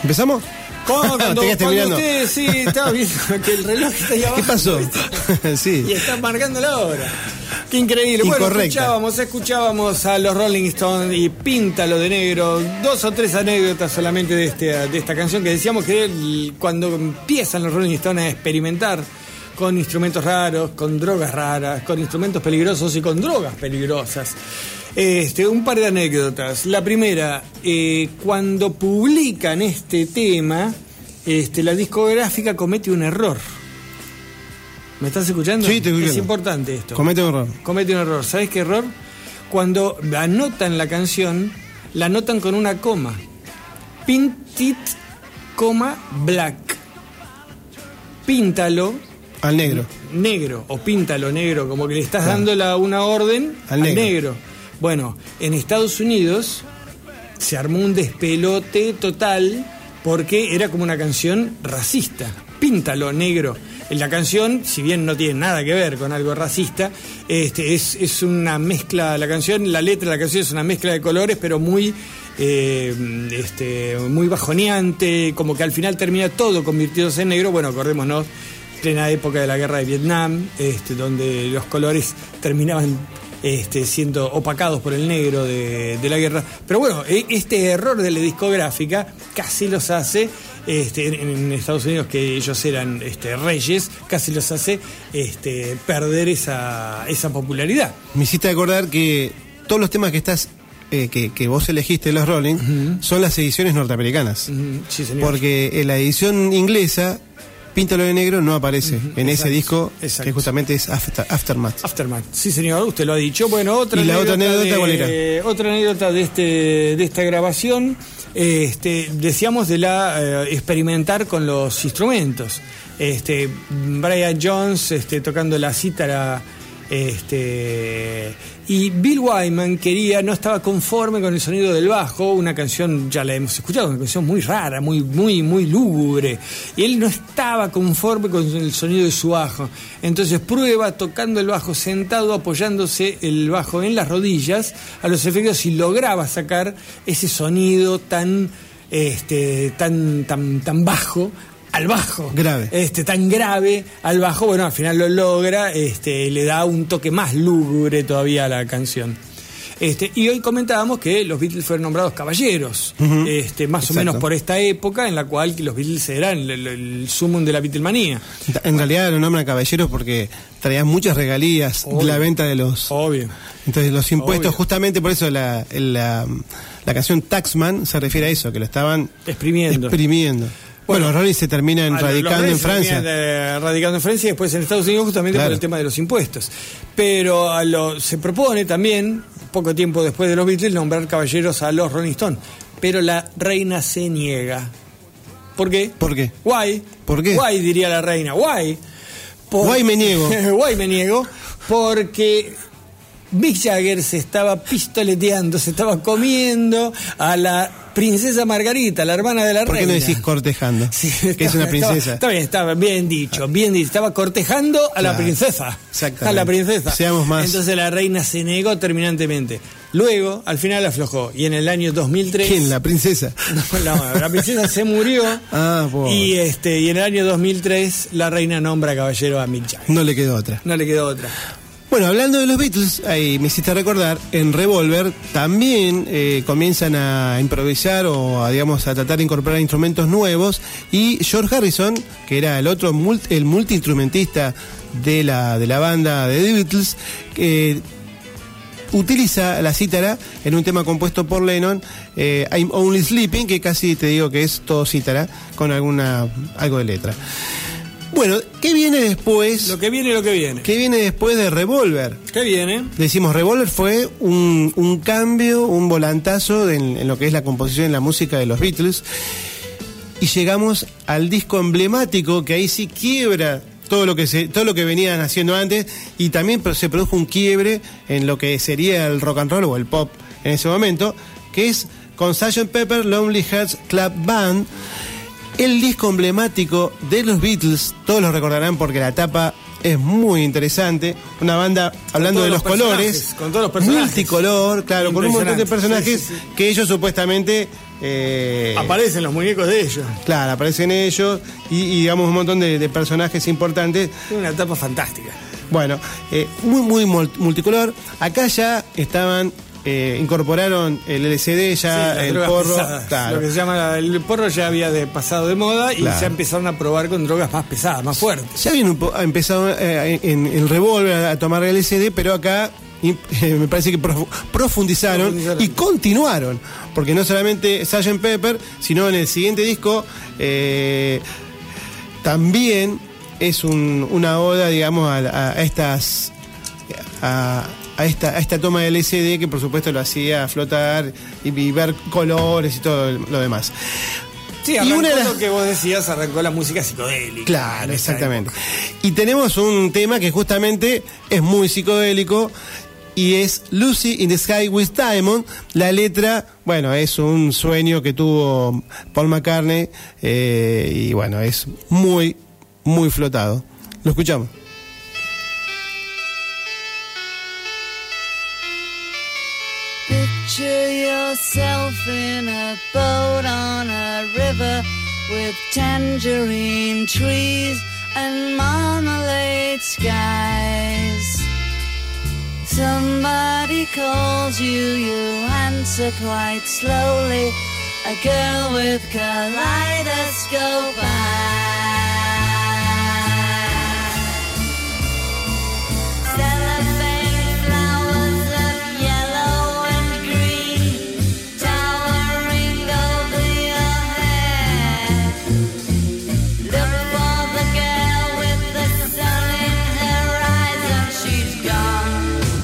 ¿Empezamos? Cuando, cuando, Te quedaste cuando mirando. usted, sí, estaba viendo que el reloj está ahí abajo. ¿Qué pasó? Sí. Y está marcando la hora. Qué increíble. Bueno, Incorrecta. escuchábamos, escuchábamos a los Rolling Stones y Píntalo de negro. Dos o tres anécdotas solamente de, este, de esta canción que decíamos que el- cuando empiezan los Rolling Stones a experimentar con instrumentos raros, con drogas raras, con instrumentos peligrosos y con drogas peligrosas. Este, un par de anécdotas. La primera, eh, cuando publican este tema, este, la discográfica comete un error. ¿Me estás escuchando? Sí, te estoy Es escuchando. importante esto. Comete un error. Comete un error. ¿Sabes qué error? Cuando anotan la canción, la anotan con una coma. Paint it, coma, black. Píntalo Al negro. negro, o píntalo negro, como que le estás dando la, una orden Al al, negro. negro. Bueno, en Estados Unidos se armó un despelote total porque era como una canción racista. Píntalo negro. La canción, si bien no tiene nada que ver con algo racista, este, es, es una mezcla, la canción, la letra de la canción es una mezcla de colores, pero muy, eh, este, muy bajoneante, como que al final termina todo convirtiéndose en negro. Bueno, acordémonos, plena época de la guerra de Vietnam, este, donde los colores terminaban este, siendo opacados por el negro de, de la guerra. Pero bueno, e- este error de la discográfica casi los hace, este, en, en Estados Unidos, que ellos eran este, reyes, casi los hace este, perder esa, esa popularidad. Me hiciste acordar que todos los temas que estás eh, que, que vos elegiste de los Rolling son las ediciones norteamericanas. Mm, Sí, señor. Porque en la edición inglesa, Píntalo de negro no aparece en ese exacto, disco exacto. que justamente es After- Aftermath. Aftermath, sí señor, usted lo ha dicho. Bueno, otra ¿Y la otra anécdota de- cuál era? Otra anécdota de este de esta grabación, este, decíamos de la eh, experimentar con los instrumentos. Este, Brian Jones este, tocando la cítara, este, y Bill Wyman quería, no estaba conforme con el sonido del bajo, una canción, ya la hemos escuchado, una canción muy rara, muy, muy, muy lúgubre, y él no estaba conforme con el sonido de su bajo. Entonces prueba tocando el bajo sentado, apoyándose el bajo en las rodillas a los efectos, y lograba sacar ese sonido tan, este, tan, tan, tan bajo al bajo. Grave. Este, tan grave al bajo. Bueno, al final lo logra, este, le da un toque más lúgubre todavía a la canción. Este, y hoy comentábamos que los Beatles fueron nombrados caballeros, Ujú. este, más Exacto. o menos por esta época en la cual los Beatles eran el, el, el sumum de la Beatlemanía. En realidad lo nombran caballeros porque traían muchas regalías Obvio. de la venta de los... Obvio. Entonces los impuestos, Obvio. justamente por eso la, la, la canción Taxman se refiere a eso, que lo estaban Exprimiendo. exprimiendo. Bueno, Bueno, los Rolling se terminan Ah, los radicando Reyes en Francia. terminan, eh, radicando en Francia y después en Estados Unidos, justamente Claro. por el tema de los impuestos. Pero a lo, se propone también, poco tiempo después de los Beatles, nombrar caballeros a los Rolling Stones. Pero la reina se niega. ¿Por qué? ¿Por qué? Guay. ¿Por qué? Guay, diría la reina. Guay. Por- Guay me niego. Guay me niego. Porque Mick Jagger se estaba pistoleteando, se estaba comiendo a la princesa Margarita, la hermana de la ¿Por qué reina. no decís cortejando? Sí, que es estaba- una princesa. Estaba, está bien, estaba bien dicho, bien dicho. Estaba cortejando a la Claro, princesa. exactamente. A la princesa. Seamos más- Entonces la reina se negó terminantemente. Luego, al final aflojó. Y en el año dos mil tres... ¿Quién? La princesa. No, la, la princesa se murió. Ah, pobre. y, este, y en el año dos mil tres la reina nombra caballero a Mick Jagger. No le quedó otra. No le quedó otra. Bueno, hablando de los Beatles, ahí me hiciste recordar, en Revolver también eh, comienzan a improvisar o a, digamos, a tratar de incorporar instrumentos nuevos, y George Harrison, que era el otro multi, el multiinstrumentista de la, de la banda de The Beatles, eh, utiliza la cítara en un tema compuesto por Lennon, eh, I'm Only Sleeping, que casi te digo que es todo cítara, con alguna algo de letra. Bueno, ¿qué viene después? Lo que viene, lo que viene. ¿Qué viene después de Revolver? ¿Qué viene? Decimos, Revolver fue un, un cambio, un volantazo en, en lo que es la composición y la música de los Beatles. Y llegamos al disco emblemático, que ahí sí quiebra todo lo que se, todo lo que venían haciendo antes, y también se produjo un quiebre en lo que sería el rock and roll o el pop en ese momento, que es con sergeant Pepper Lonely Hearts Club Band. El disco emblemático de los Beatles, todos lo recordarán porque la tapa es muy interesante. Una banda hablando de los, todos los colores, personajes, con todos los personajes. multicolor, claro, con un montón de Impresionante. personajes Sí, sí, sí. que ellos supuestamente Eh, Aparecen los muñecos de ellos. Claro, aparecen ellos y, y digamos un montón de, de personajes importantes. Es una etapa fantástica. Bueno, eh, muy, muy multicolor. Acá ya estaban, eh, incorporaron el L S D, ya Sí, las el drogas porro. pesadas. Claro. Lo que se llama el porro ya había de, pasado de moda y Claro. ya empezaron a probar con drogas más pesadas, más fuertes. Ya habían un po- empezado eh, en, en el revólver a, a tomar L S D, pero acá y, eh, me parece que prof- profundizaron, Profundizaron. y continuaron, porque no solamente sergeant Pepper, sino en el siguiente disco eh, también es un, una oda, digamos, a, a- a estas a, a esta a esta toma de L S D, que por supuesto lo hacía flotar y, y ver colores y todo lo demás. Sí, Y arrancó una de las- lo que vos decías, arrancó la música psicodélica. Claro, en esa exactamente. época. Y tenemos un tema que justamente es muy psicodélico y es Lucy in the Sky with Diamond. La letra, bueno, es un sueño que tuvo Paul McCartney eh, y bueno, es muy, muy flotado. Lo escuchamos. Picture yourself in a boat on a river with tangerine trees and marmalade skies. Somebody calls you, you answer quite slowly. A girl with kaleidoscope eyes. Cellophane flowers of yellow and green towering over your head. Look for the girl with the sun in her eyes and she's gone.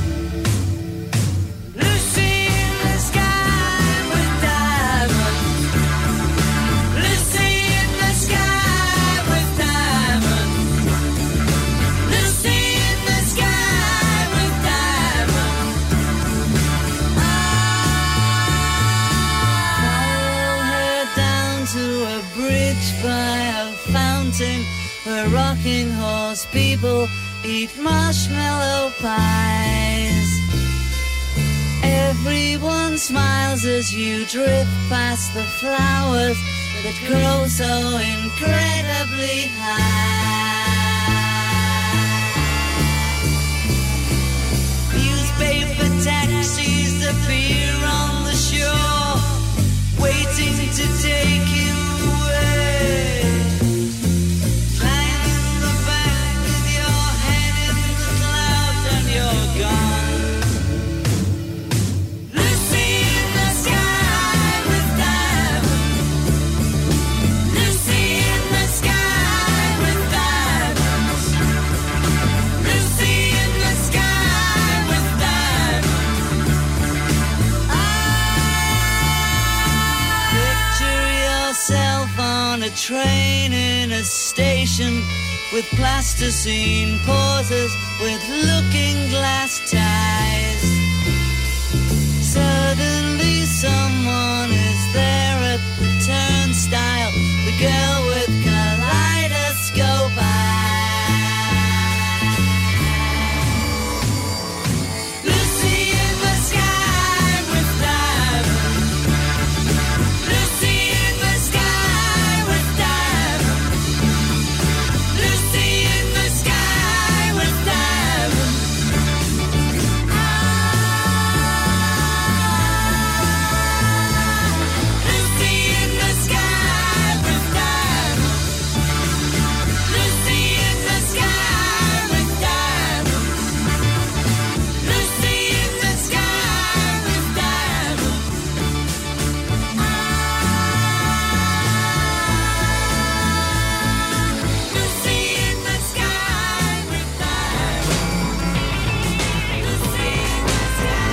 Lucy in the sky with diamonds. Lucy in the sky with diamonds. Lucy in the sky with diamonds. Follow her down to a bridge by a fountain where rocking horse people eat marshmallow pies. Everyone smiles as you drift past the flowers that grow so incredibly high. Newspaper taxis appear on the shore, waiting to take you away. Climb in the back with your head in the clouds and you're gone. Lucy in the sky with diamonds. Lucy in the sky with diamonds. Lucy in the sky with diamonds. Picture yourself on a train in a station with plasticine pauses with looking glass ties. Suddenly someone is there at the turnstile, the girl with kaleidoscope eyes. Lucy in the sky with diamonds. Lucy in the sky with diamonds. Lucy in the sky with diamonds. Lucy in the sky with diamonds. Lucy in the sky with diamonds. Lucy in the sky with diamonds. Lucy in the sky with diamonds. Lucy in the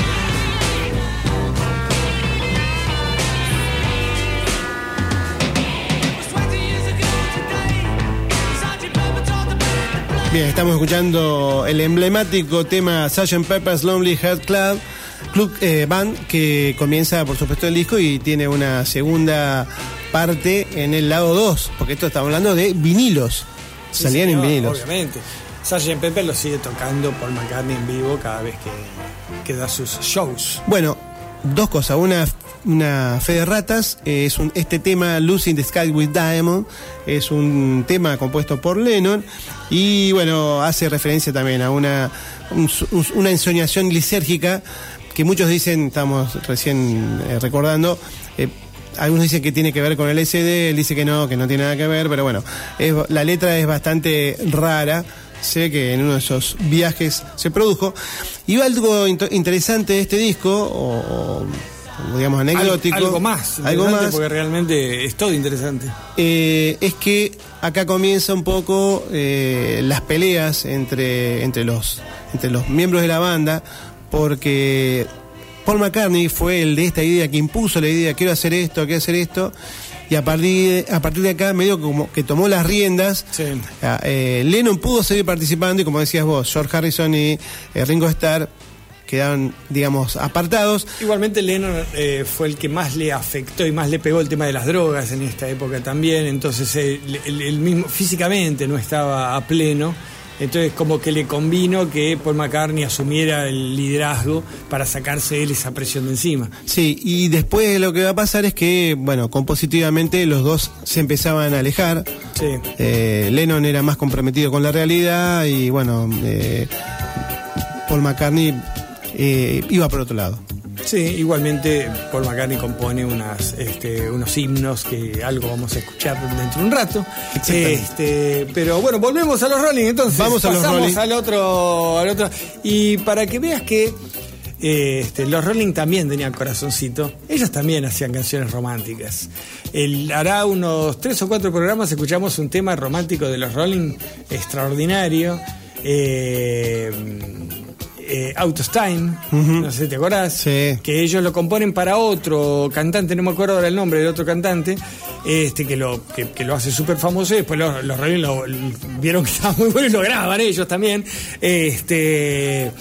Bien, estamos escuchando el emblemático tema sergeant Pepper's Lonely Hearts Club, Club eh, Band, que comienza por supuesto el disco y tiene una segunda parte en el lado dos, porque esto estamos hablando de vinilos, Sí, salían señor, en vinilos. Obviamente. sergeant Pepper lo sigue tocando Paul McCartney en vivo cada vez que, que da sus shows. Bueno, dos cosas. Una, una fe de ratas. Eh, es un, este tema, Lucy in the Sky with Diamond, es un tema compuesto por Lennon y bueno, hace referencia también a una, un, una ensoñación lisérgica que muchos dicen, estamos recién eh, recordando, eh, algunos dicen que tiene que ver con el L S D, él dice que no, que no tiene nada que ver, pero bueno, es, la letra es bastante rara. Sé que en uno de esos viajes se produjo. Y algo int- interesante de este disco, o, o digamos anecdótico. Al, algo más, algo más, porque realmente es todo interesante. Eh, es que acá comienza un poco eh, las peleas entre, entre, los, entre los miembros de la banda, porque Paul McCartney fue el de esta idea, que impuso la idea, quiero hacer esto, quiero hacer esto. Y a partir, de, a partir de acá, medio como que tomó las riendas. Sí. Eh, Lennon pudo seguir participando y, como decías vos, George Harrison y eh, Ringo Starr quedaron, digamos, apartados. Igualmente Lennon eh, fue el que más le afectó y más le pegó el tema de las drogas en esta época también. Entonces él, él, él mismo físicamente no estaba a pleno. Entonces como que le convino que Paul McCartney asumiera el liderazgo para sacarse él esa presión de encima. Sí, y después lo que va a pasar es que, bueno, compositivamente los dos se empezaban a alejar. Sí. Eh, Lennon era más comprometido con la realidad y, bueno, eh, Paul McCartney eh, iba por otro lado. Sí, igualmente Paul McCartney compone unas, este, unos himnos que algo vamos a escuchar dentro de un rato. Este, pero bueno, volvemos a los Rolling entonces. Vamos a los Pasamos Rolling. al otro, al otro. Y para que veas que eh, este, los Rolling también tenían corazoncito, ellos también hacían canciones románticas. El, hará unos tres o cuatro programas escuchamos un tema romántico de los Rolling extraordinario. Eh, Eh, Out of Time, uh-huh. No sé si te acordás, sí. Que ellos lo componen para otro cantante, no me acuerdo ahora el nombre del otro cantante, este que lo que, que lo hace súper famoso y después los, los Rolling lo, lo, vieron que estaba muy bueno y lo graban ellos también. Este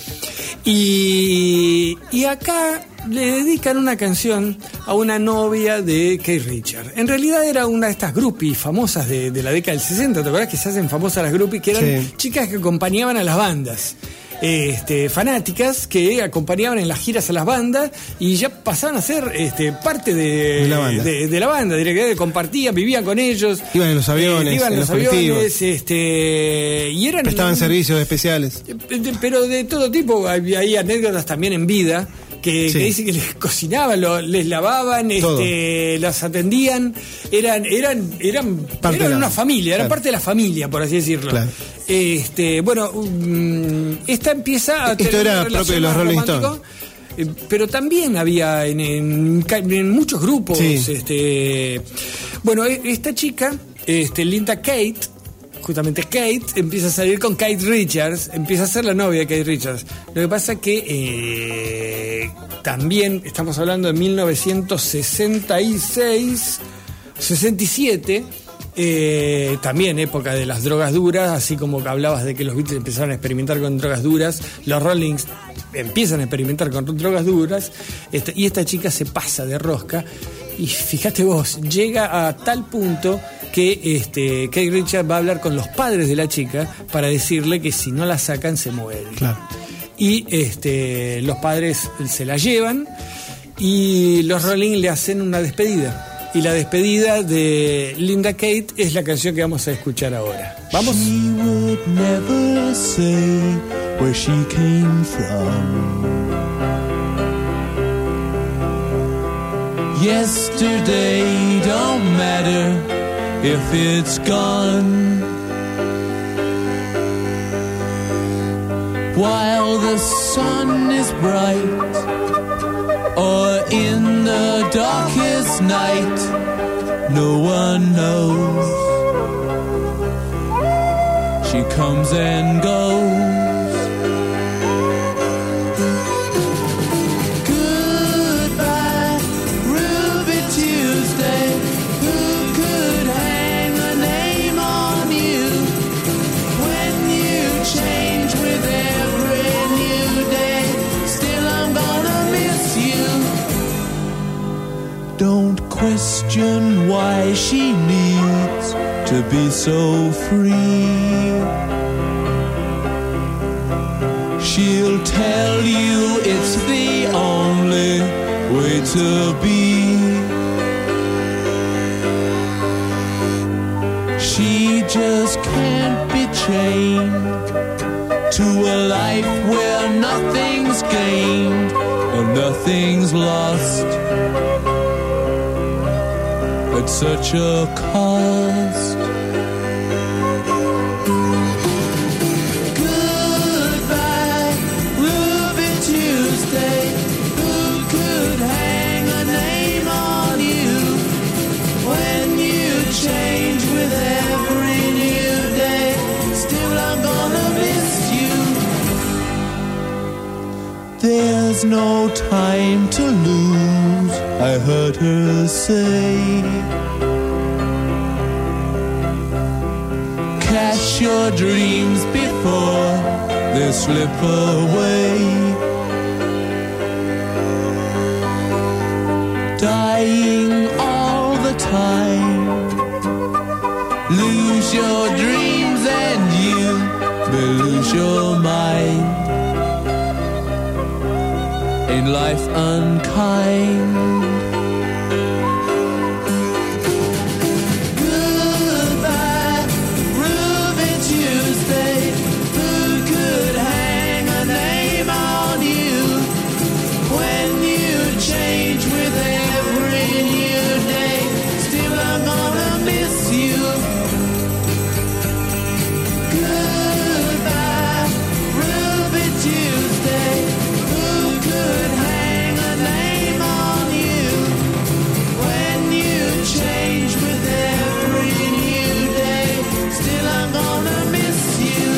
y, y acá le dedican una canción a una novia de Keith Richards. En realidad era una de estas groupies famosas de, de la década del sesenta, ¿te acordás que se hacen famosas las groupies? Que eran sí. chicas que acompañaban a las bandas. Este, fanáticas que acompañaban en las giras a las bandas y ya pasaban a ser este, parte de, de la banda, de, de la banda directamente, compartían, vivían con ellos, iban en los aviones, eh, iban en los, los aviones, este, y eran prestaban servicios especiales, pero de todo tipo. Hay, hay anécdotas también en vida. Que, sí. que dicen que les cocinaban, lo, les lavaban, este, las atendían, eran, eran, eran, eran una familia, eran claro. parte de la familia, por así decirlo. Claro. Este, bueno, um, esta empieza a Esto tener era propio de los Rolling Stones. Eh, pero también había en, en, en muchos grupos. Sí. Este, bueno, esta chica, este, Linda Kate. Justamente Kate empieza a salir con Keith Richards, empieza a ser la novia de Keith Richards. Lo que pasa que eh, también estamos hablando de mil novecientos sesenta y seis, sesenta y siete, eh, también época de las drogas duras, así como que hablabas de que los Beatles empezaron a experimentar con drogas duras, los Rollings empiezan a experimentar con drogas duras, este, y esta chica se pasa de rosca. Y fíjate vos, llega a tal punto que este, Keith Richards va a hablar con los padres de la chica para decirle que si no la sacan se muere. Claro. Y este, los padres se la llevan y los Rolling le hacen una despedida. Y la despedida de Linda Kate es la canción que vamos a escuchar ahora. ¿Vamos? She would never say where she came from. Yesterday don't matter if it's gone. While the sun is bright or in the darkest night, no one knows. She comes and goes. Don't question why she needs to be so free. She'll tell you it's the only way to be. She just can't be chained to a life where nothing's gained and nothing's lost at such a cost. Goodbye, Ruby Tuesday. Who could hang a name on you when you change with every new day? Still I'm gonna miss you. There's no time to lose, I heard her say. Catch your dreams before they slip away. Dying all the time. Lose your dreams and you may lose your mind. Ain't life unkind? Goodbye, Ruby Tuesday. Who could hang a name on you when you change with every new day? Still I'm gonna miss you. Goodbye, Ruby Tuesday. Who could hang a name on you when you change with every new day? Still I'm gonna miss you.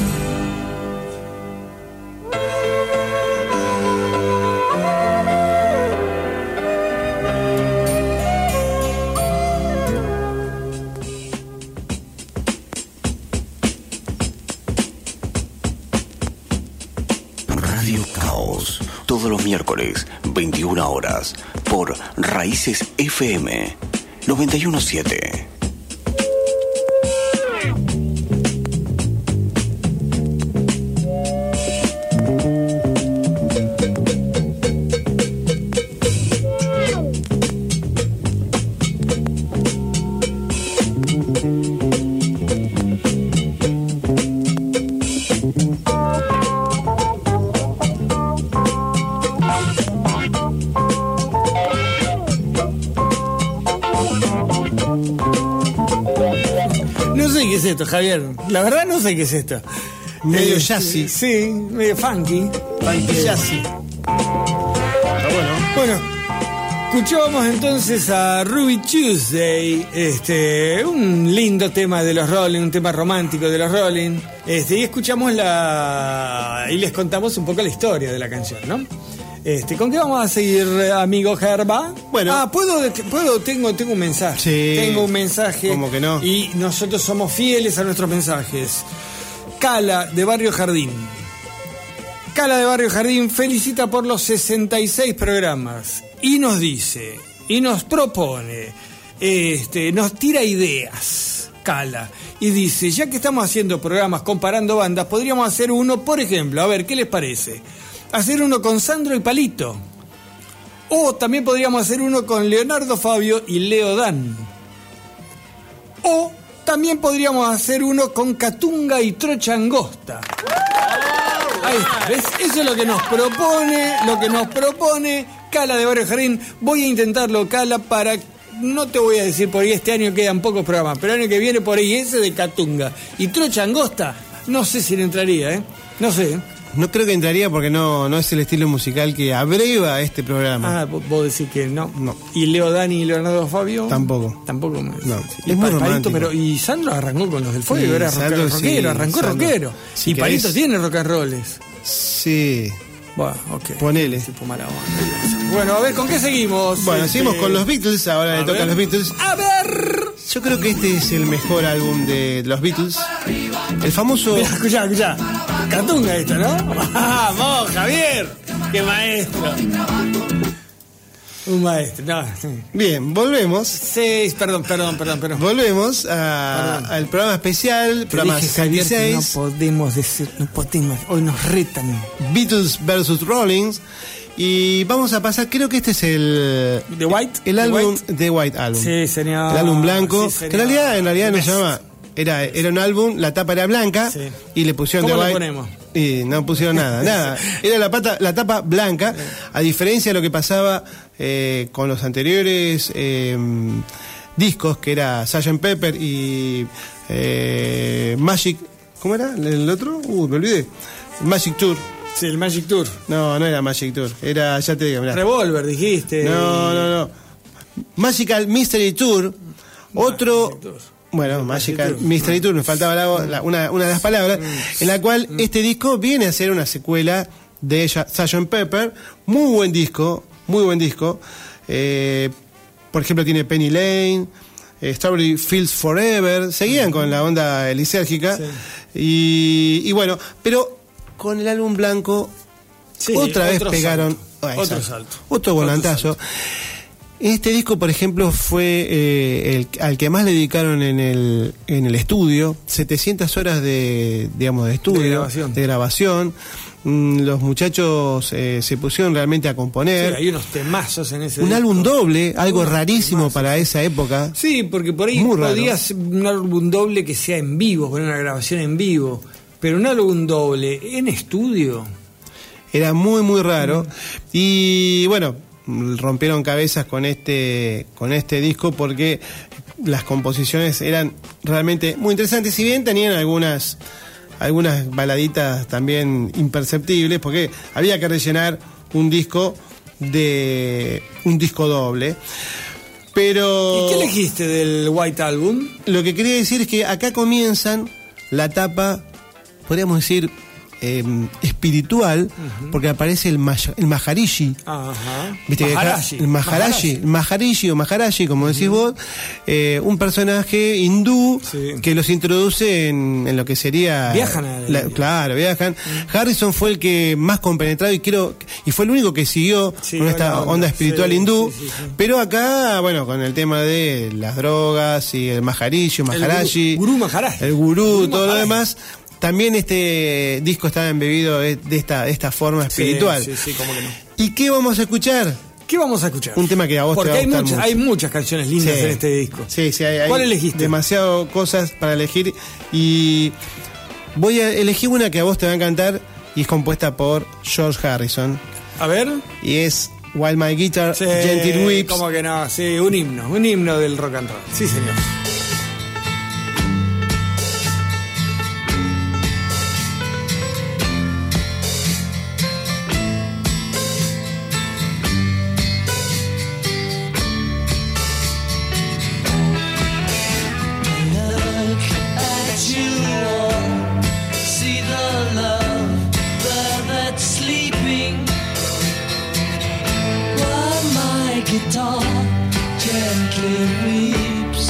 Radio Caos, todos los miércoles, veintiuna horas, por Raíces F M noventa y uno punto siete. No sé qué es esto, Javier. La verdad no sé qué es esto. Medio Eh, jazzy. Sí, medio funky. Funky Eh, jazzy. Está bueno. Bueno, escuchábamos entonces a Ruby Tuesday, este, un lindo tema de los Rolling, un tema romántico de los Rolling, este, y escuchamos la y les contamos un poco la historia de la canción, ¿no? Este, ¿con qué vamos a seguir, amigo Gerba? Bueno. Ah, puedo, puedo, tengo, tengo un mensaje. Sí. Tengo un mensaje. ¿Cómo que no? Y nosotros somos fieles a nuestros mensajes. Cala de Barrio Jardín. Cala de Barrio Jardín felicita por los sesenta y seis programas y nos dice, y nos propone, este, nos tira ideas, Cala, y dice, ya que estamos haciendo programas comparando bandas, podríamos hacer uno, por ejemplo, a ver, ¿qué les parece? Hacer uno con Sandro y Palito. O también podríamos hacer uno con Leonardo Fabio y Leo Dan. O también podríamos hacer uno con Catunga y Trocha Angosta. Ahí está, ¿ves? Eso es lo que nos propone, lo que nos propone Cala de Barrio Jardín. Voy a intentarlo, Cala, para... No te voy a decir por ahí, este año quedan pocos programas, pero el año que viene por ahí ese de Catunga. Y Trocha Angosta, no sé si le entraría, ¿eh? No sé. No creo que entraría porque no, no es el estilo musical que abreva este programa. Ah, vos vos decís que no. No. ¿Y Leo Dani y Leonardo Fabio? Tampoco. Tampoco. me- No. Y Es muy Pa- Palito, romántico. pero y Sandro arrancó con los del Fuego, Sí, era Sandro, rockero, sí, rockero, arrancó Sandro. rockero. Si y Palito querés- tiene rock and rolls. Sí. Bueno, ok. Ponele. Tipo mala onda. Bueno, a ver, ¿con qué seguimos? Bueno, Este, seguimos con los Beatles. Ahora a le toca ver. a los Beatles. A ver. Yo creo que este es el mejor álbum de los Beatles. El famoso. Mirá, escuchá, escuchá. Catunga esto, ¿no? ¡Vamos, Javier! ¡Qué maestro! Un maestro, no. Bien, volvemos. Seis, perdón, perdón, perdón, perdón. Volvemos a- Perdón. al programa especial, Te programa dije, Javier, que sesenta y seis, no podemos decir, no podemos, hoy nos retan. Beatles versus Rollins. Y vamos a pasar, creo que este es el The White. el The álbum White. The White Album. Sí, señor. El álbum blanco. Sí, señor. Que en realidad, en realidad no Best. se llama. Era, era un álbum, la tapa era blanca Sí. y le pusieron ¿Cómo The le White. ponemos? Y no pusieron nada, nada. Era la, pata, la tapa blanca, a diferencia de lo que pasaba eh, con los anteriores eh, discos, que era sergeant Pepper y eh, Magic. ¿Cómo era el otro? Uh, me olvidé. Magic Tour. Sí, el Magic Tour. No, no era Magic Tour. Era, ya te digo, mirá. Revolver, dijiste. No, no, no. Magical Mystery Tour. Otro. Magic Tour. Bueno, Magic Magical Tour. Mystery Tour, me faltaba la- la- una, una de las palabras, en la cual este disco viene a ser una secuela de sergeant Pepper. Muy buen disco, muy buen disco. Eh, por ejemplo, tiene Penny Lane, eh, Strawberry Fields Forever. Seguían con la onda lisérgica. Sí. Y, y bueno, pero con el álbum blanco Sí, otra vez otro pegaron. salto. Ah, Otro exacto. salto. Otro volantazo. Otro Este disco, por ejemplo, fue eh, el, al que más le dedicaron en el, en el estudio, setecientas horas de, digamos, de estudio, De grabación. de grabación. Mm, los muchachos eh, se pusieron realmente a componer. Sí, hay unos temazos en ese un disco. álbum doble, algo Unos rarísimo temazos. para esa época. Sí, porque por ahí Muy raro. podía ser un álbum doble que sea en vivo, con una grabación en vivo. Pero un álbum doble en estudio. Era muy, muy raro. Y bueno, rompieron cabezas con este, con este disco porque las composiciones eran realmente muy interesantes. Si bien tenían algunas, algunas baladitas también imperceptibles, porque había que rellenar un disco de un disco doble. Pero ¿Y qué elegiste del White Album? lo que quería decir es que acá comienzan la etapa, podríamos decir, eh, espiritual, porque aparece el, maj- el Maharishi. Ajá. ¿Viste que acá- Maharaji. el Maharaji, el Maharishi o Maharaji, como decís vos, eh, un personaje hindú Sí. que los introduce en, en lo que sería. Viajan a la la- India. Claro, viajan. Harrison fue el que más compenetrado y creo y fue el único que siguió Sí, con esta la onda, onda, espiritual sí, hindú. sí, sí, sí. Pero acá, bueno, con el tema de las drogas y el Maharishi, o El Maharaji, gurú, gurú Maharaji. el gurú, Gurú todo lo Maharaji. demás. También este disco está embebido de de esta, de esta forma Sí, espiritual. Sí, sí, cómo que no. ¿Y qué vamos a escuchar? ¿Qué vamos a escuchar? Un tema que a vos te Porque va a hay gustar muchas, mucho. hay muchas canciones lindas Sí. en este disco. Sí, sí, hay, hay ¿Cuál elegiste? demasiado cosas para elegir y voy a elegir una que a vos te va a encantar y es compuesta por George Harrison A ver. y es While My Guitar Sí, Gentle Weeps. ¿Cómo que no? Sí, un himno, un himno del rock and roll. Sí, señor. Look at you all, see the love that's sleeping. While my guitar gently weeps.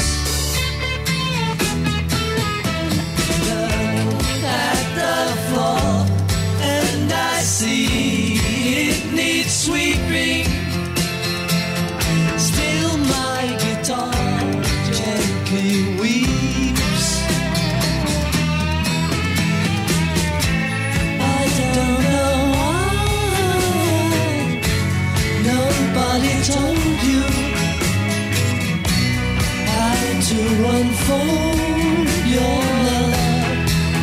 Look at the floor, and I see it needs sweeping. Still my guitar gently weeps. I don't know why nobody told you how to unfold your love.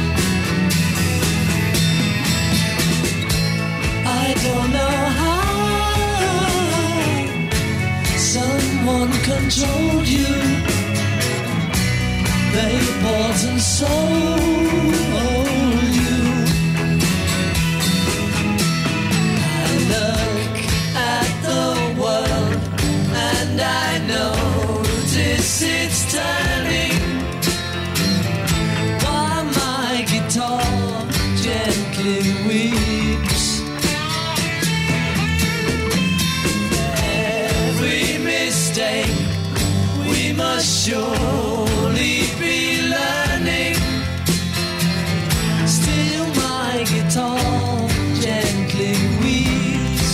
I don't know how someone controlled you. They bought and sold you. I look at the world and I notice it's turning. While my guitar gently weeps. Every mistake we must surely be learning. Still my guitar gently weeps.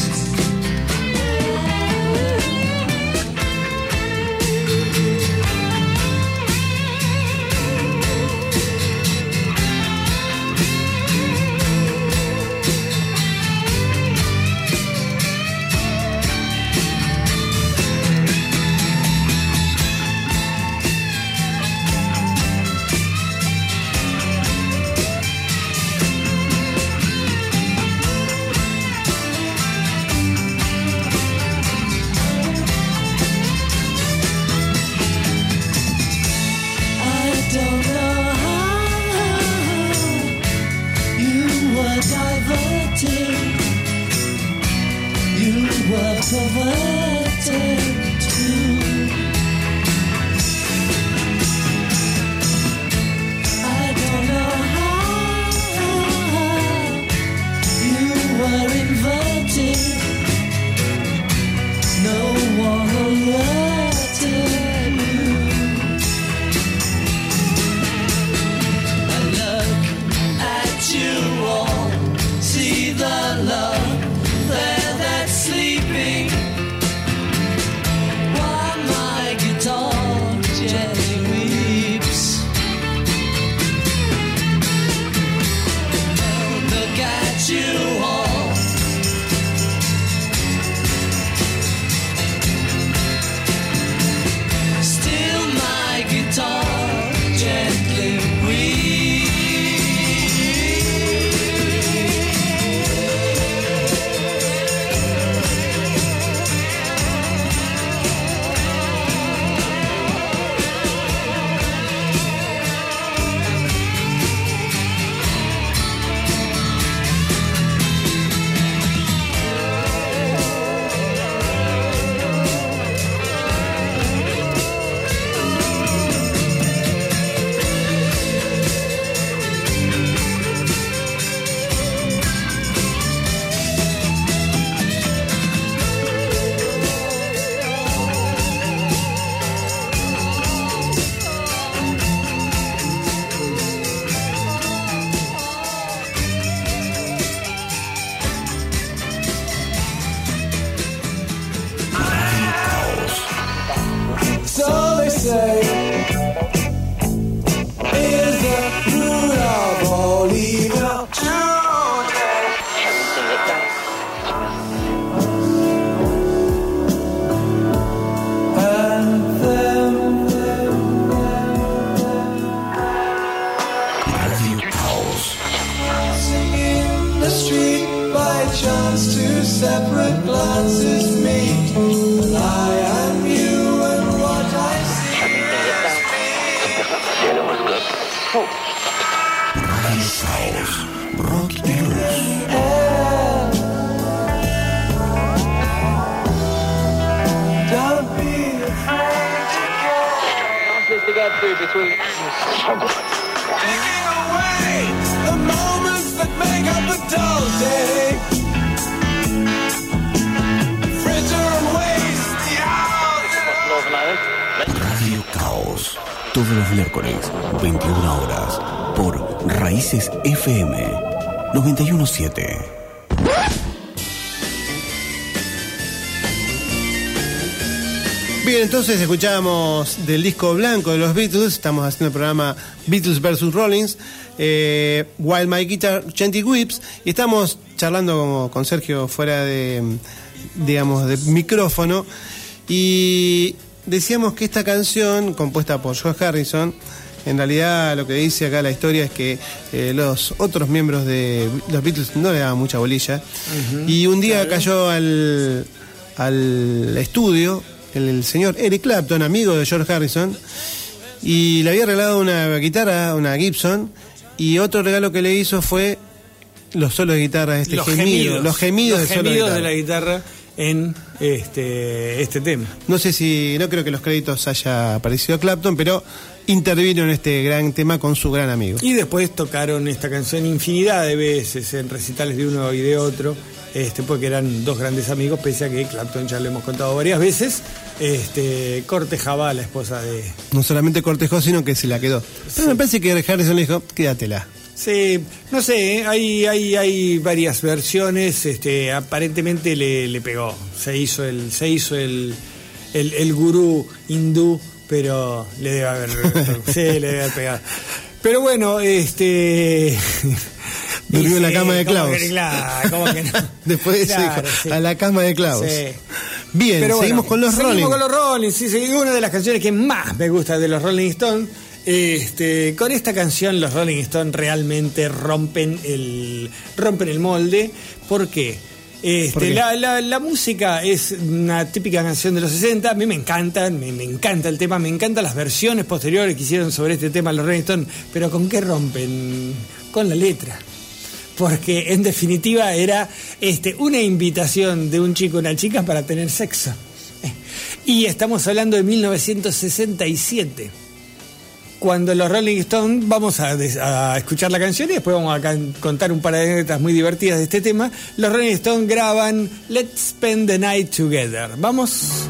separate glances meet, and I am you and what I see. Rock y Blues. Don't be afraid to go. To get through between. Taking away the moments that make up a dull day. Fritter and waste the hours. Radio Caos. Todos los miércoles, veintiuna horas, por Raíces F M noventa y uno punto siete. Bien, entonces escuchábamos del disco blanco de los Beatles. Estamos haciendo el programa Beatles versus Rollins, eh, While My Guitar Gently Weeps, y estamos charlando como con Sergio fuera de, digamos, de micrófono, y decíamos que esta canción, compuesta por George Harrison, en realidad lo que dice acá la historia es que eh, los otros miembros de los Beatles no le daban mucha bolilla, uh-huh, y un día claro. cayó al, al estudio el, el señor Eric Clapton, amigo de George Harrison, y le había regalado una guitarra, una Gibson, y otro regalo que le hizo fue los solos de guitarra, este los gemido, gemidos, los gemidos, los de, solo gemidos de, de la guitarra en este este tema. No sé si, no creo que los créditos haya aparecido a Clapton, pero intervino en este gran tema con su gran amigo. Y después tocaron esta canción infinidad de veces en recitales de uno y de otro, este, porque eran dos grandes amigos, pese a que Clapton, ya lo hemos contado varias veces, este, cortejaba a la esposa de... No solamente cortejó, sino que se la quedó. Pero sí, me parece que Harrison le dijo, quédatela. Sí, no sé, hay hay hay varias versiones, este, aparentemente le, le pegó, se hizo el se hizo el el, el gurú hindú, pero le debe haber sí, le debe haber pegado. Pero bueno, este durmió en la cama de clavos. Claro, ¿cómo que no? Después claro, dijo, sí. a la cama de clavos. Sí. Bien, pero seguimos bueno, con los seguimos Rolling. con los Rolling, sí, sí, una de las canciones que más me gusta de los Rolling Stones. Este, con esta canción los Rolling Stones realmente rompen el rompen el molde. ¿Por qué? Este, ¿Por qué? La, la, la música es una típica canción de los sesenta. A mí me encanta, me, me encanta el tema, me encantan las versiones posteriores que hicieron sobre este tema los Rolling Stones. Pero ¿con qué rompen? Con la letra. Porque en definitiva era este, una invitación de un chico a una chica para tener sexo. Y estamos hablando de mil novecientos sesenta y siete. Cuando los Rolling Stones, vamos a, a escuchar la canción y después vamos a can- contar un par de anécdotas muy divertidas de este tema. Los Rolling Stones graban Let's Spend the Night Together. Vamos.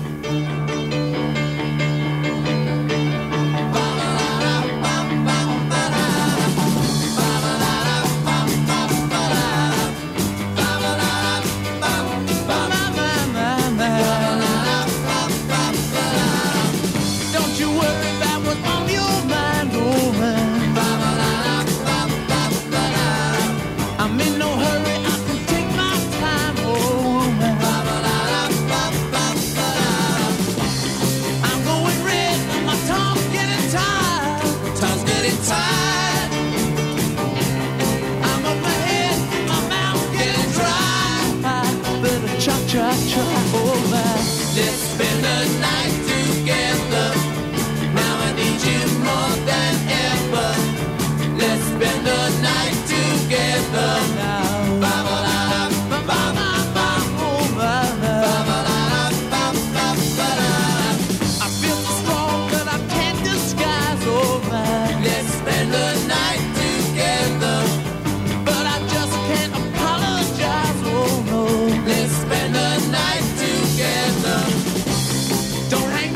Don't hang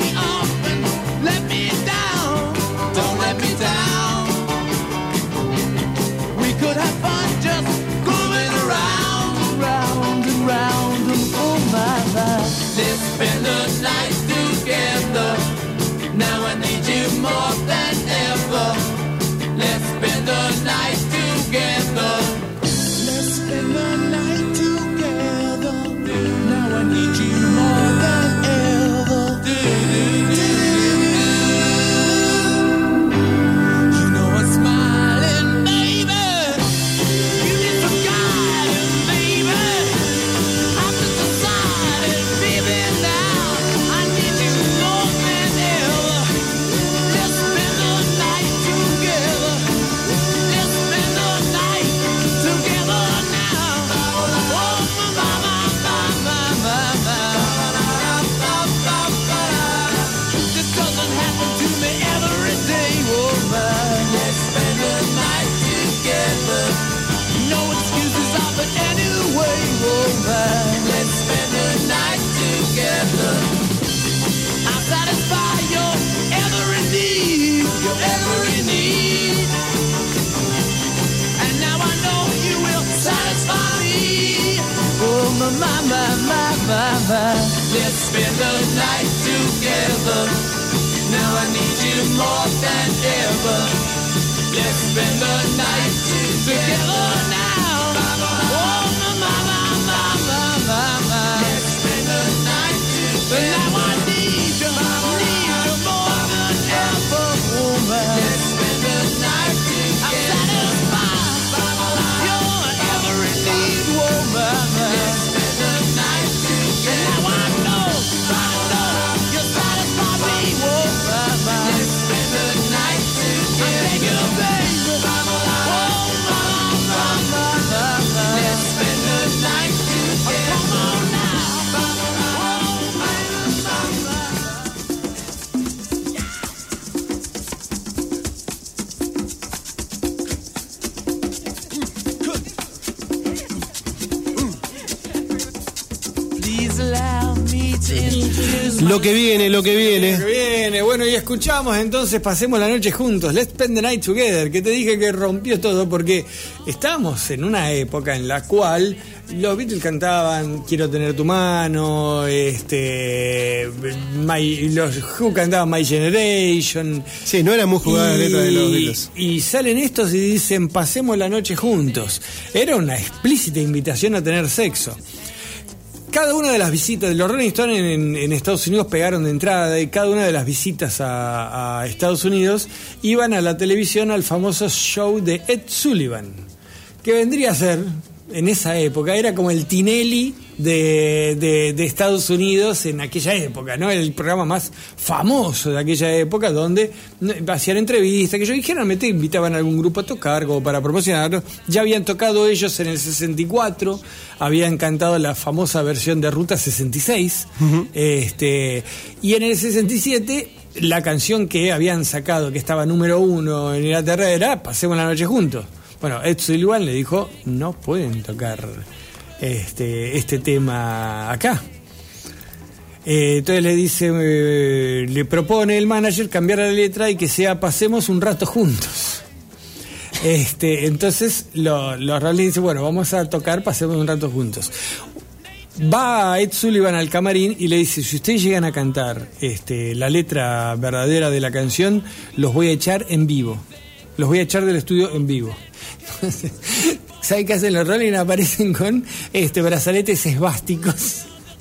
spend the night together now. Oh, my, my, my, my, my, my. Let's spend the night together. Now I need you, need you more than ever, woman. Let's spend the night together. I'm satisfied. You're every need, woman. Let's spend the night together. Now I know, I know you satisfy me, woman. Let's spend the night together. I beg you, baby. Oh, mama, mama, let's spend the night together. Come on now. Oh, baby, mama. Please allow me to introduce Lo que viene, lo que viene. Que viene, bueno, y escuchamos entonces Pasemos la Noche Juntos, Let's Spend the Night Together, que te dije que rompió todo porque estábamos en una época en la cual los Beatles cantaban Quiero tener tu mano, este My- los Who cantaban My Generation. Sí, no era muy jugada la letra de los Beatles. Y salen estos y dicen Pasemos la Noche Juntos. Era una explícita invitación a tener sexo. Cada una de las visitas de los Rolling Stones en, en Estados Unidos pegaron de entrada y cada una de las visitas a, a Estados Unidos iban a la televisión al famoso show de Ed Sullivan, que vendría a ser, en esa época, era como el Tinelli de, de, de Estados Unidos en aquella época, ¿no? El programa más famoso de aquella época, donde hacían entrevistas, que yo generalmente invitaban a algún grupo a tocar como para promocionarlo. Ya habían tocado ellos en el sesenta y cuatro, habían cantado la famosa versión de Ruta sesenta y seis, uh-huh. este, y en el sesenta y siete la canción que habían sacado, que estaba número uno en Inglaterra, era Pasemos la Noche Juntos. Bueno, Ed Sullivan le dijo, no pueden tocar este, este tema acá. Eh, entonces le dice, eh, le propone el manager cambiar la letra y que sea Pasemos un rato juntos. Este, entonces lo- los Rolling dicen, bueno, vamos a tocar Pasemos un rato juntos. Va Ed Sullivan al camarín y le dice, si ustedes llegan a cantar este, la letra verdadera de la canción, los voy a echar en vivo. Los voy a echar del estudio en vivo. ¿Saben qué hacen los Rolling? Aparecen con este, brazaletes esvásticos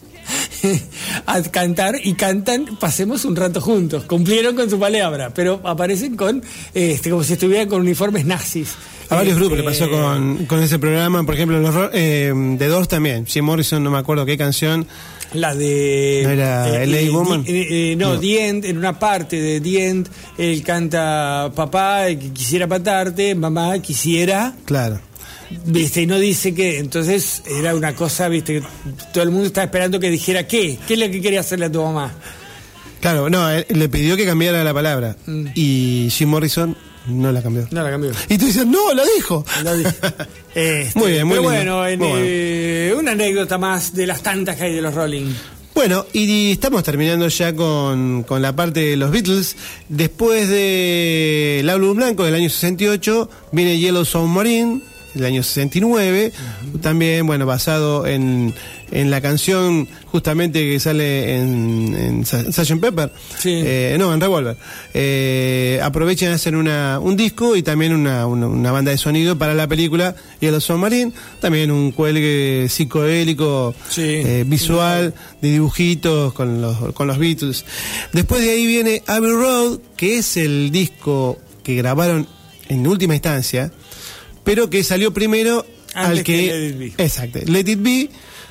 a cantar y cantan Pasemos un rato juntos. Cumplieron con su palabra, pero aparecen con este, como si estuvieran con uniformes nazis. A varios Este, grupos le pasó con, con ese programa, por ejemplo, los ro- eh, The Doors también. Jim Morrison, no me acuerdo qué canción. La de... ¿No era L A Woman? eh, eh, no, No. The End, en una parte de The End, él canta papá, que quisiera patarte, mamá, quisiera... Claro. Viste, y no dice que, entonces era una cosa, viste, que todo el mundo estaba esperando que dijera qué, qué es lo que quería hacerle a tu mamá. Claro, no, él le pidió que cambiara la palabra. Mm. Y Jim Morrison no la cambió. No la cambió. Y tú dices, no, la dijo. La dijo. Este, Muy bien, muy pero lindo. bueno, en, Muy bueno. eh, una anécdota más de las tantas que hay de los Rolling. Bueno, y estamos terminando ya con, con la parte de los Beatles. Después del álbum blanco del año sesenta y ocho, viene Yellow Submarine, del año sesenta y nueve, uh-huh. También, bueno, basado en, en la canción justamente que sale en, en sergeant Pepper, Sí. eh, no, en Revolver. Eh, aprovechan a hacer una, un disco y también una, una, una banda de sonido para la película Yellow Submarine, también un cuelgue psicodélico, Sí. eh, visual, de dibujitos con los, con los Beatles. Después de ahí viene Abbey Road, que es el disco que grabaron en última instancia, pero que salió primero Antes al que, que Let It Be. Exacto, Let It Be.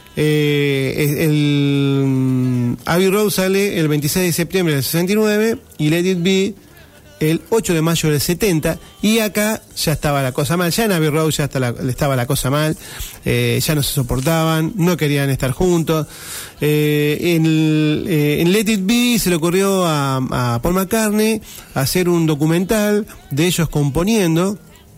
Eh, el mm, Abbey Road sale el veintiséis de septiembre del sesenta y nueve y Let It Be el ocho de mayo del setenta, y acá ya estaba la cosa mal, ya en Abbey Road ya está la- estaba la cosa mal, eh, ya no se soportaban, no querían estar juntos. Eh, en, el- eh, en Let It Be se le ocurrió a, a Paul McCartney hacer un documental de ellos componiendo.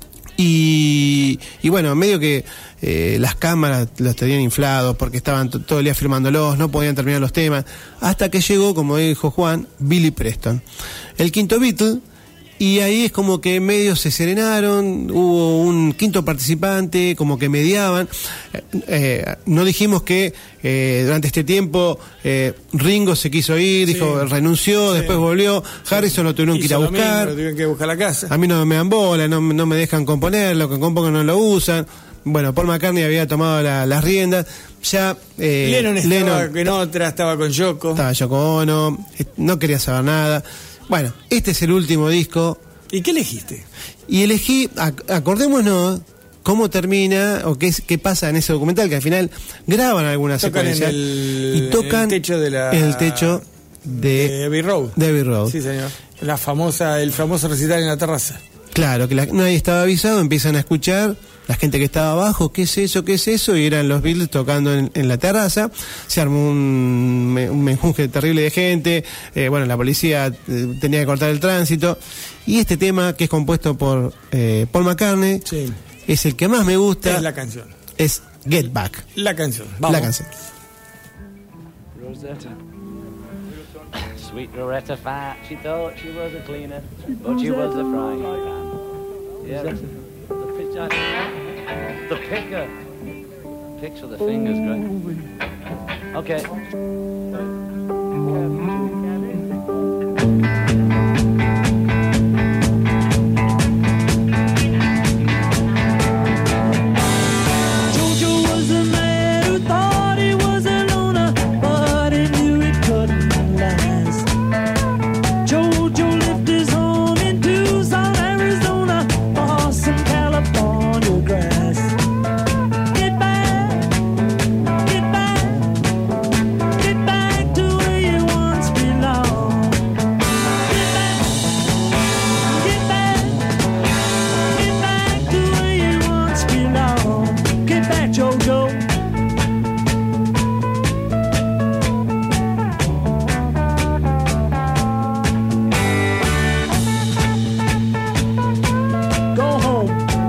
Y, y bueno, medio que eh, las cámaras los tenían inflados porque estaban t- todo el día firmándolos, no podían terminar los temas, hasta que llegó, como dijo Juan, Billy Preston, el quinto Beatle, Y ahí es como que medios se serenaron, hubo un quinto participante, como que mediaban. Eh, eh, no dijimos que eh, durante este tiempo eh, Ringo se quiso ir, Sí. dijo, renunció, Sí. después volvió. Harrison lo tuvieron que ir Hizo a lo mismo, buscar. lo tuvieron que buscar a la casa. A mí no me dan bola, no, no me dejan componer, lo que compongo no lo usan. Bueno, Paul McCartney había tomado la- las riendas. Ya eh, Lennon estaba Lennon en otra, estaba con Yoko. estaba Yoko Ono, eh, no quería saber nada. Bueno, este es el último disco. ¿Y qué elegiste? Y elegí, ac- acordémonos cómo termina o qué, es- qué pasa en ese documental, que al final graban alguna Tocan en secuencia el, y tocan en el techo de la en el techo de, de Abbey Road. de Abbey Road. Sí, señor. La famosa, el famoso recital en la terraza. Claro, que la- nadie estaba avisado, empiezan a escuchar, la gente que estaba abajo, ¿qué es eso? ¿Qué es eso? Y eran los Beatles tocando en, en la terraza. Se armó un, me- un menjunje terrible de gente. Eh, bueno, la policía eh, tenía que cortar el tránsito. Y este tema, que es compuesto por eh, Paul McCartney, Sí. es el que más me gusta. Es la canción. Es Get Back. La canción. Vamos. La canción. Rosetta. Sweet Loretta Fat, she thought she was a cleaner, but she was a frying pan. Yeah, the, the pitcher. The picker. Picks with the fingers, great. Okay. Jojo was a man who thought he was a loner, but he knew it couldn't last. Jojo lived his home in Tucson, Arizona, for some California grass. Get back, get back, get back to where you once belonged. Get back, get back, get back to where you once belonged. Get back, Jojo. Go home.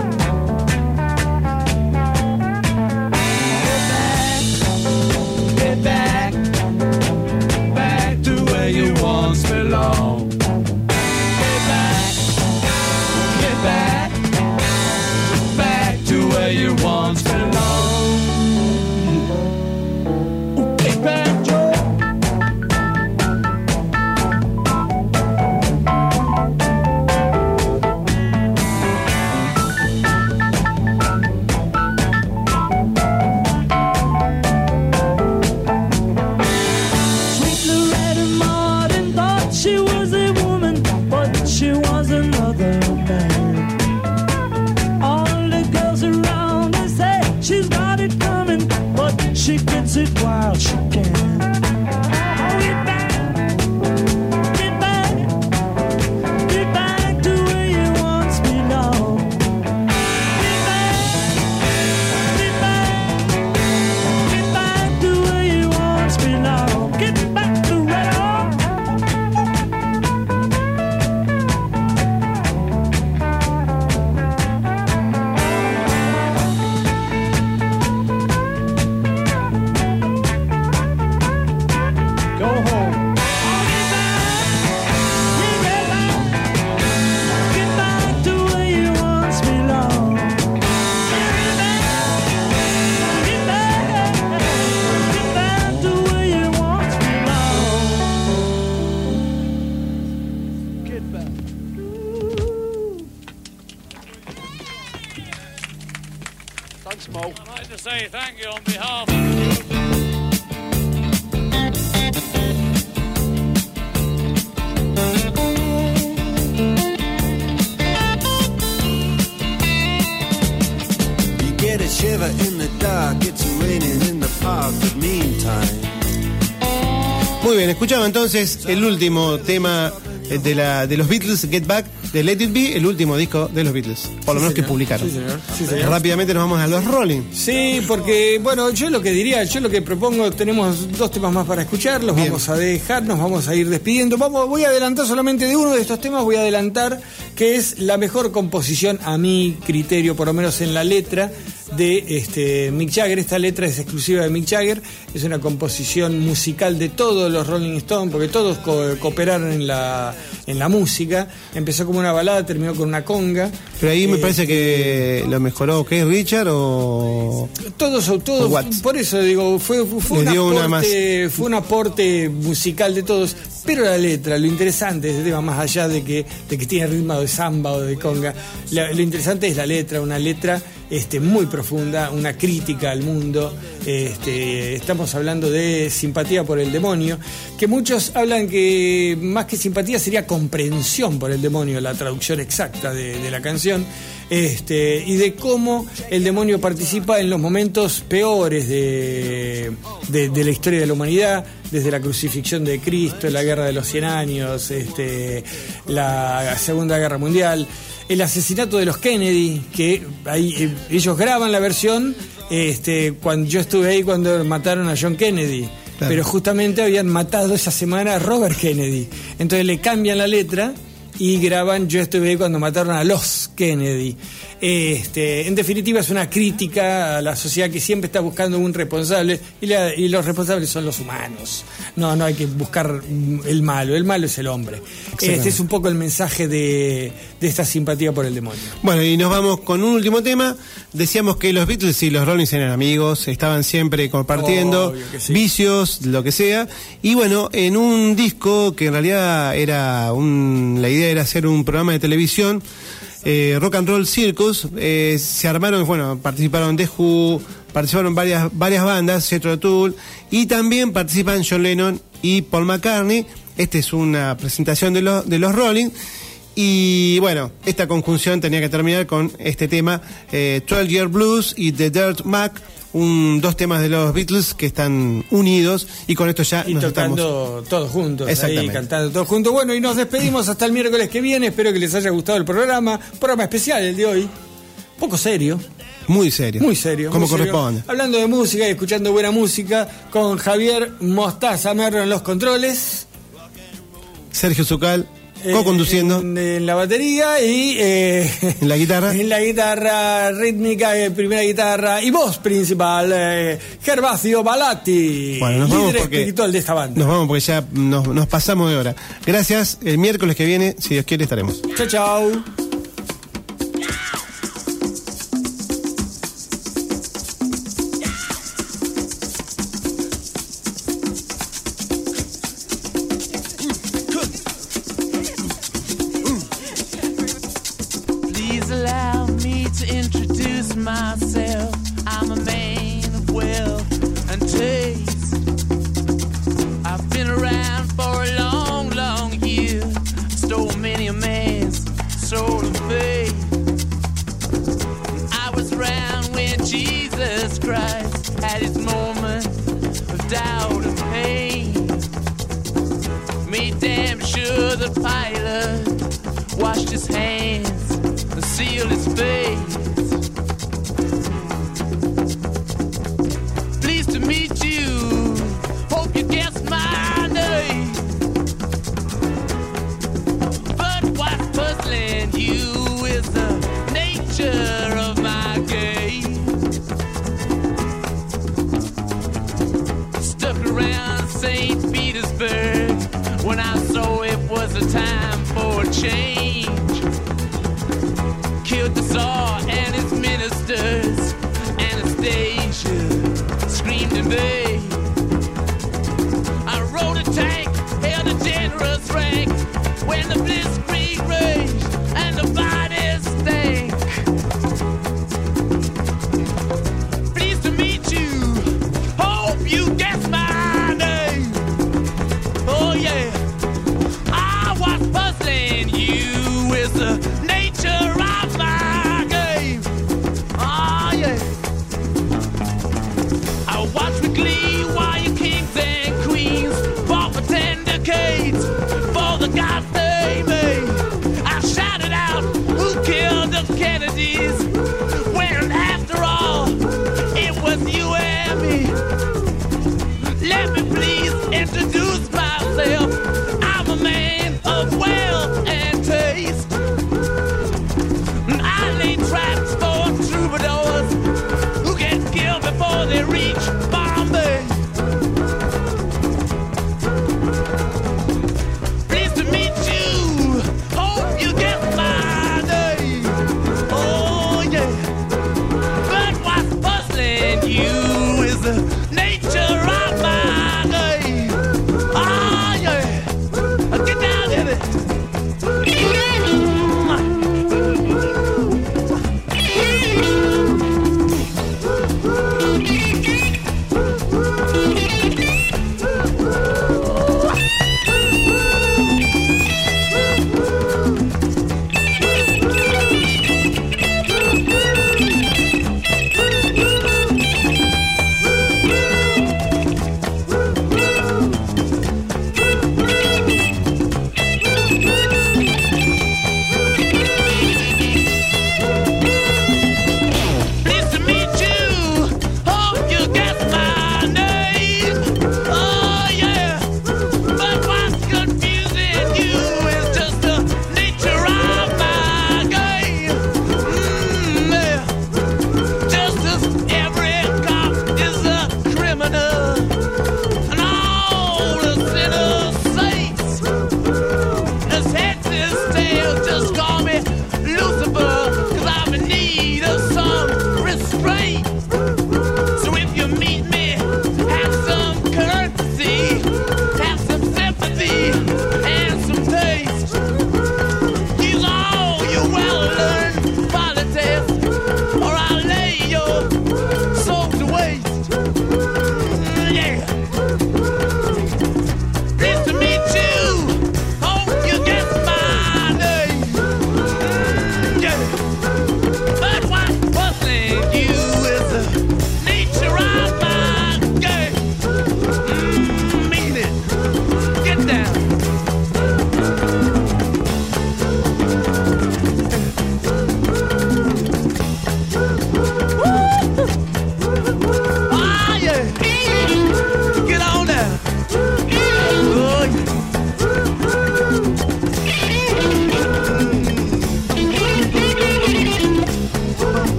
Get back, back to where you once belonged. Get back, get back, back to where you once belonged. Get back, Joe. Sweet Loretta Martin thought she was a woman, but she was another man. All the girls around her say she's got it coming, but she gets it while she can. Oh, get back, get back, get back to where you once belonged. Get back, get back, get back to where you once belonged. Get back to right on. Go home. Get back, get back to where you once belonged. Get back, get back, get back to where you once belonged. Get back. Thanks, Mo. I'd like to say thank you on behalf of the group. You get a shiver in the dark, it's raining in the park, but meantime. Muy bien, escuchamos entonces el último tema eh, de, la, de los Beatles, Get Back, de Let It Be, el último disco de los Beatles, por lo Sí, menos que señor. publicaron. Sí, señor. Sí, señor. Rápidamente nos vamos a los Rolling. Sí, porque, bueno, yo lo que diría, yo lo que propongo, tenemos dos temas más para escuchar, los Bien. vamos a dejar, nos vamos a ir despidiendo. Vamos, voy a adelantar solamente de uno de estos temas, voy a adelantar que es la mejor composición, a mi criterio, por lo menos en la letra, de este Mick Jagger. Esta letra es exclusiva de Mick Jagger, es una composición musical de todos los Rolling Stones, porque todos co- cooperaron en la, en la música. Empezó como una balada, terminó con una conga. Pero ahí me Eh, parece que lo mejoró, ¿qué? ¿Richard o...? Todos, todos, por eso digo, fue, fue, Le un dio una aporte, fue un aporte musical de todos, pero la letra, lo interesante de este tema, más allá de que, de que tiene ritmo de samba o de conga, la- lo interesante es la letra, una letra este, muy profunda, una crítica al mundo. Este, estamos hablando de simpatía por el demonio, que muchos hablan que más que simpatía sería comprensión por el demonio, la traducción exacta de, de la canción. Este, y de cómo el demonio participa en los momentos peores de, de, de la historia de la humanidad, desde la crucifixión de Cristo, la guerra de los cien años, este, la Segunda Guerra Mundial, el asesinato de los Kennedy, que ahí, eh, ellos graban la versión este, cuando yo estuve ahí cuando mataron a John Kennedy. Claro. Pero justamente habían matado esa semana a Robert Kennedy. Entonces le cambian la letra y graban Yo estuve ahí cuando mataron a los Kennedy. Este, en definitiva es una crítica a la sociedad que siempre está buscando un responsable y, la- y los responsables son los humanos. No, no hay que buscar mm, el malo, el malo es el hombre. Este es un poco el mensaje de, de esta simpatía por el demonio. Bueno, y nos vamos con un último tema. Decíamos que los Beatles y los Rolling eran amigos, estaban siempre compartiendo Obvio que sí. vicios, lo que sea. Y bueno, en un disco que en realidad era un, la idea era hacer un programa de televisión, eh, Rock and Roll Circus, eh, se armaron, bueno, participaron The Who, participaron varias, varias bandas, Jethro Tull, y también participan John Lennon y Paul McCartney. Esta es una presentación de los, de los Rolling. Y bueno, esta conjunción tenía que terminar con este tema, eh, twelve Year Blues y The Dirt Mac, un, dos temas de los Beatles que están unidos, y con esto ya Y nos tocando todos juntos, ahí Exactamente. cantando todos juntos. Bueno, y nos despedimos hasta el miércoles que viene. Espero que les haya gustado el programa. Programa especial el de hoy. Poco serio. Muy serio. Muy serio. Como muy serio. corresponde. Hablando de música y escuchando buena música, con Javier Mostaza Merlo en los controles. Sergio Zucal, eh, co-conduciendo. En, en la batería y. eh, En la guitarra. En la guitarra rítmica, eh, primera guitarra y voz principal, eh, Gervasio Balatti, Bueno, nos vamos líder porque- espiritual de esta banda. Nos vamos porque ya nos, nos pasamos de hora. Gracias. El miércoles que viene, si Dios quiere, estaremos. Chao, chao. Please allow me to introduce myself. I'm a man of wealth and taste. I've been around for a long, long year. Stole many a man's soul of faith. I was around when Jesus Christ had his moment of doubt and pain. Made damn sure the pilot washed his hands and sealed his face. Pleased to meet you. Hope you guessed my name. But what's puzzling you is the nature of my game. Stuck around Saint Petersburg when I saw it was a time for a change. Killed the Tsar and his ministers. Anastasia screamed in vain. I rode a tank, held a generous rank when the blitzkrieg raged and the bodies stank. Pleased to meet you. Hope you guessed my name. Oh yeah. I was puzzling you with the nature of my game. Oh yeah. I watched with glee while your kings and queens fought for ten decades for the gods they made.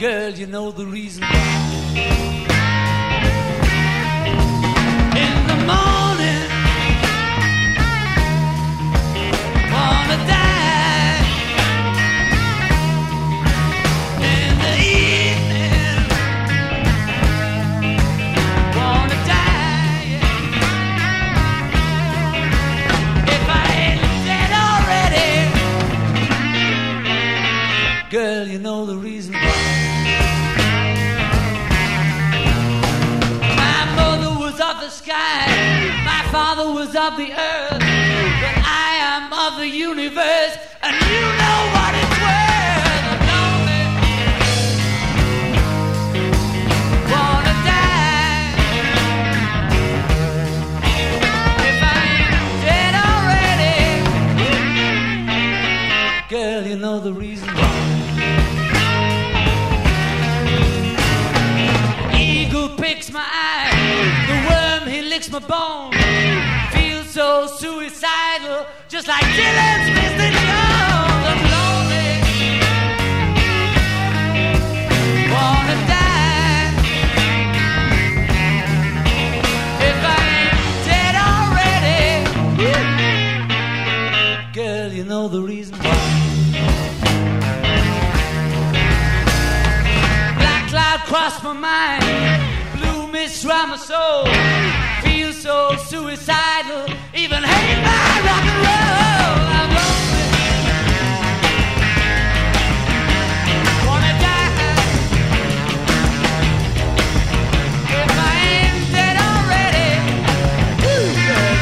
Girl, you know the reason why. In the morning, wanna die. In the evening, wanna die. If I ain't dead already, girl, you know the reason why. Of the sky, my father was of the earth, but I am of the universe, and you know what it's worth. I'm lonely, wanna die. If I ain't dead already, girl, you know the reason why. Eagle picks my eye, licks my bone, feels so suicidal, just like Dylan's Mister Jones. I'm lonely, wanna die. If I ain't dead already, girl, you know the reason why. Black cloud crossed my mind, blue mist round my soul, feel so suicidal, even hate my rock and roll. I'm lonely, wanna die. If I ain't dead already, woo, girl,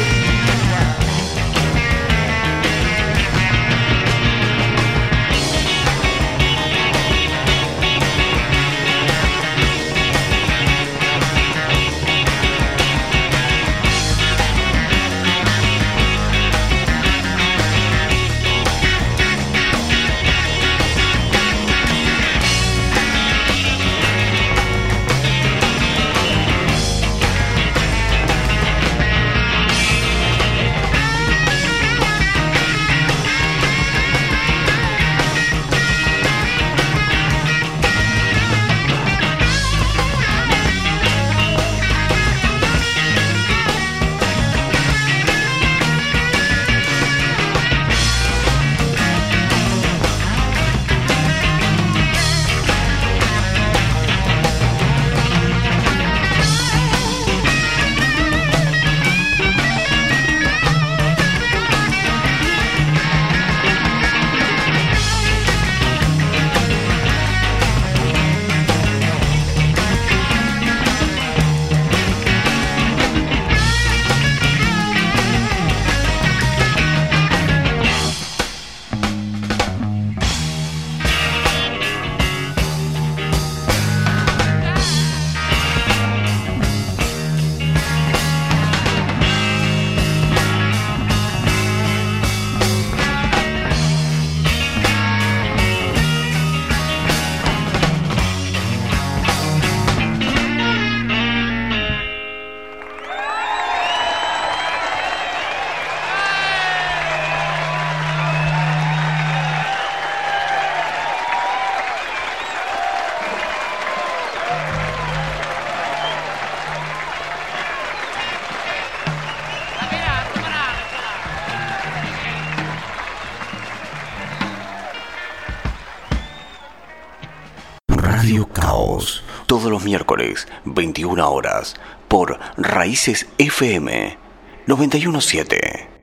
Radio Caos, todos los miércoles, veintiuna horas, por Raíces F M noventa y uno punto siete.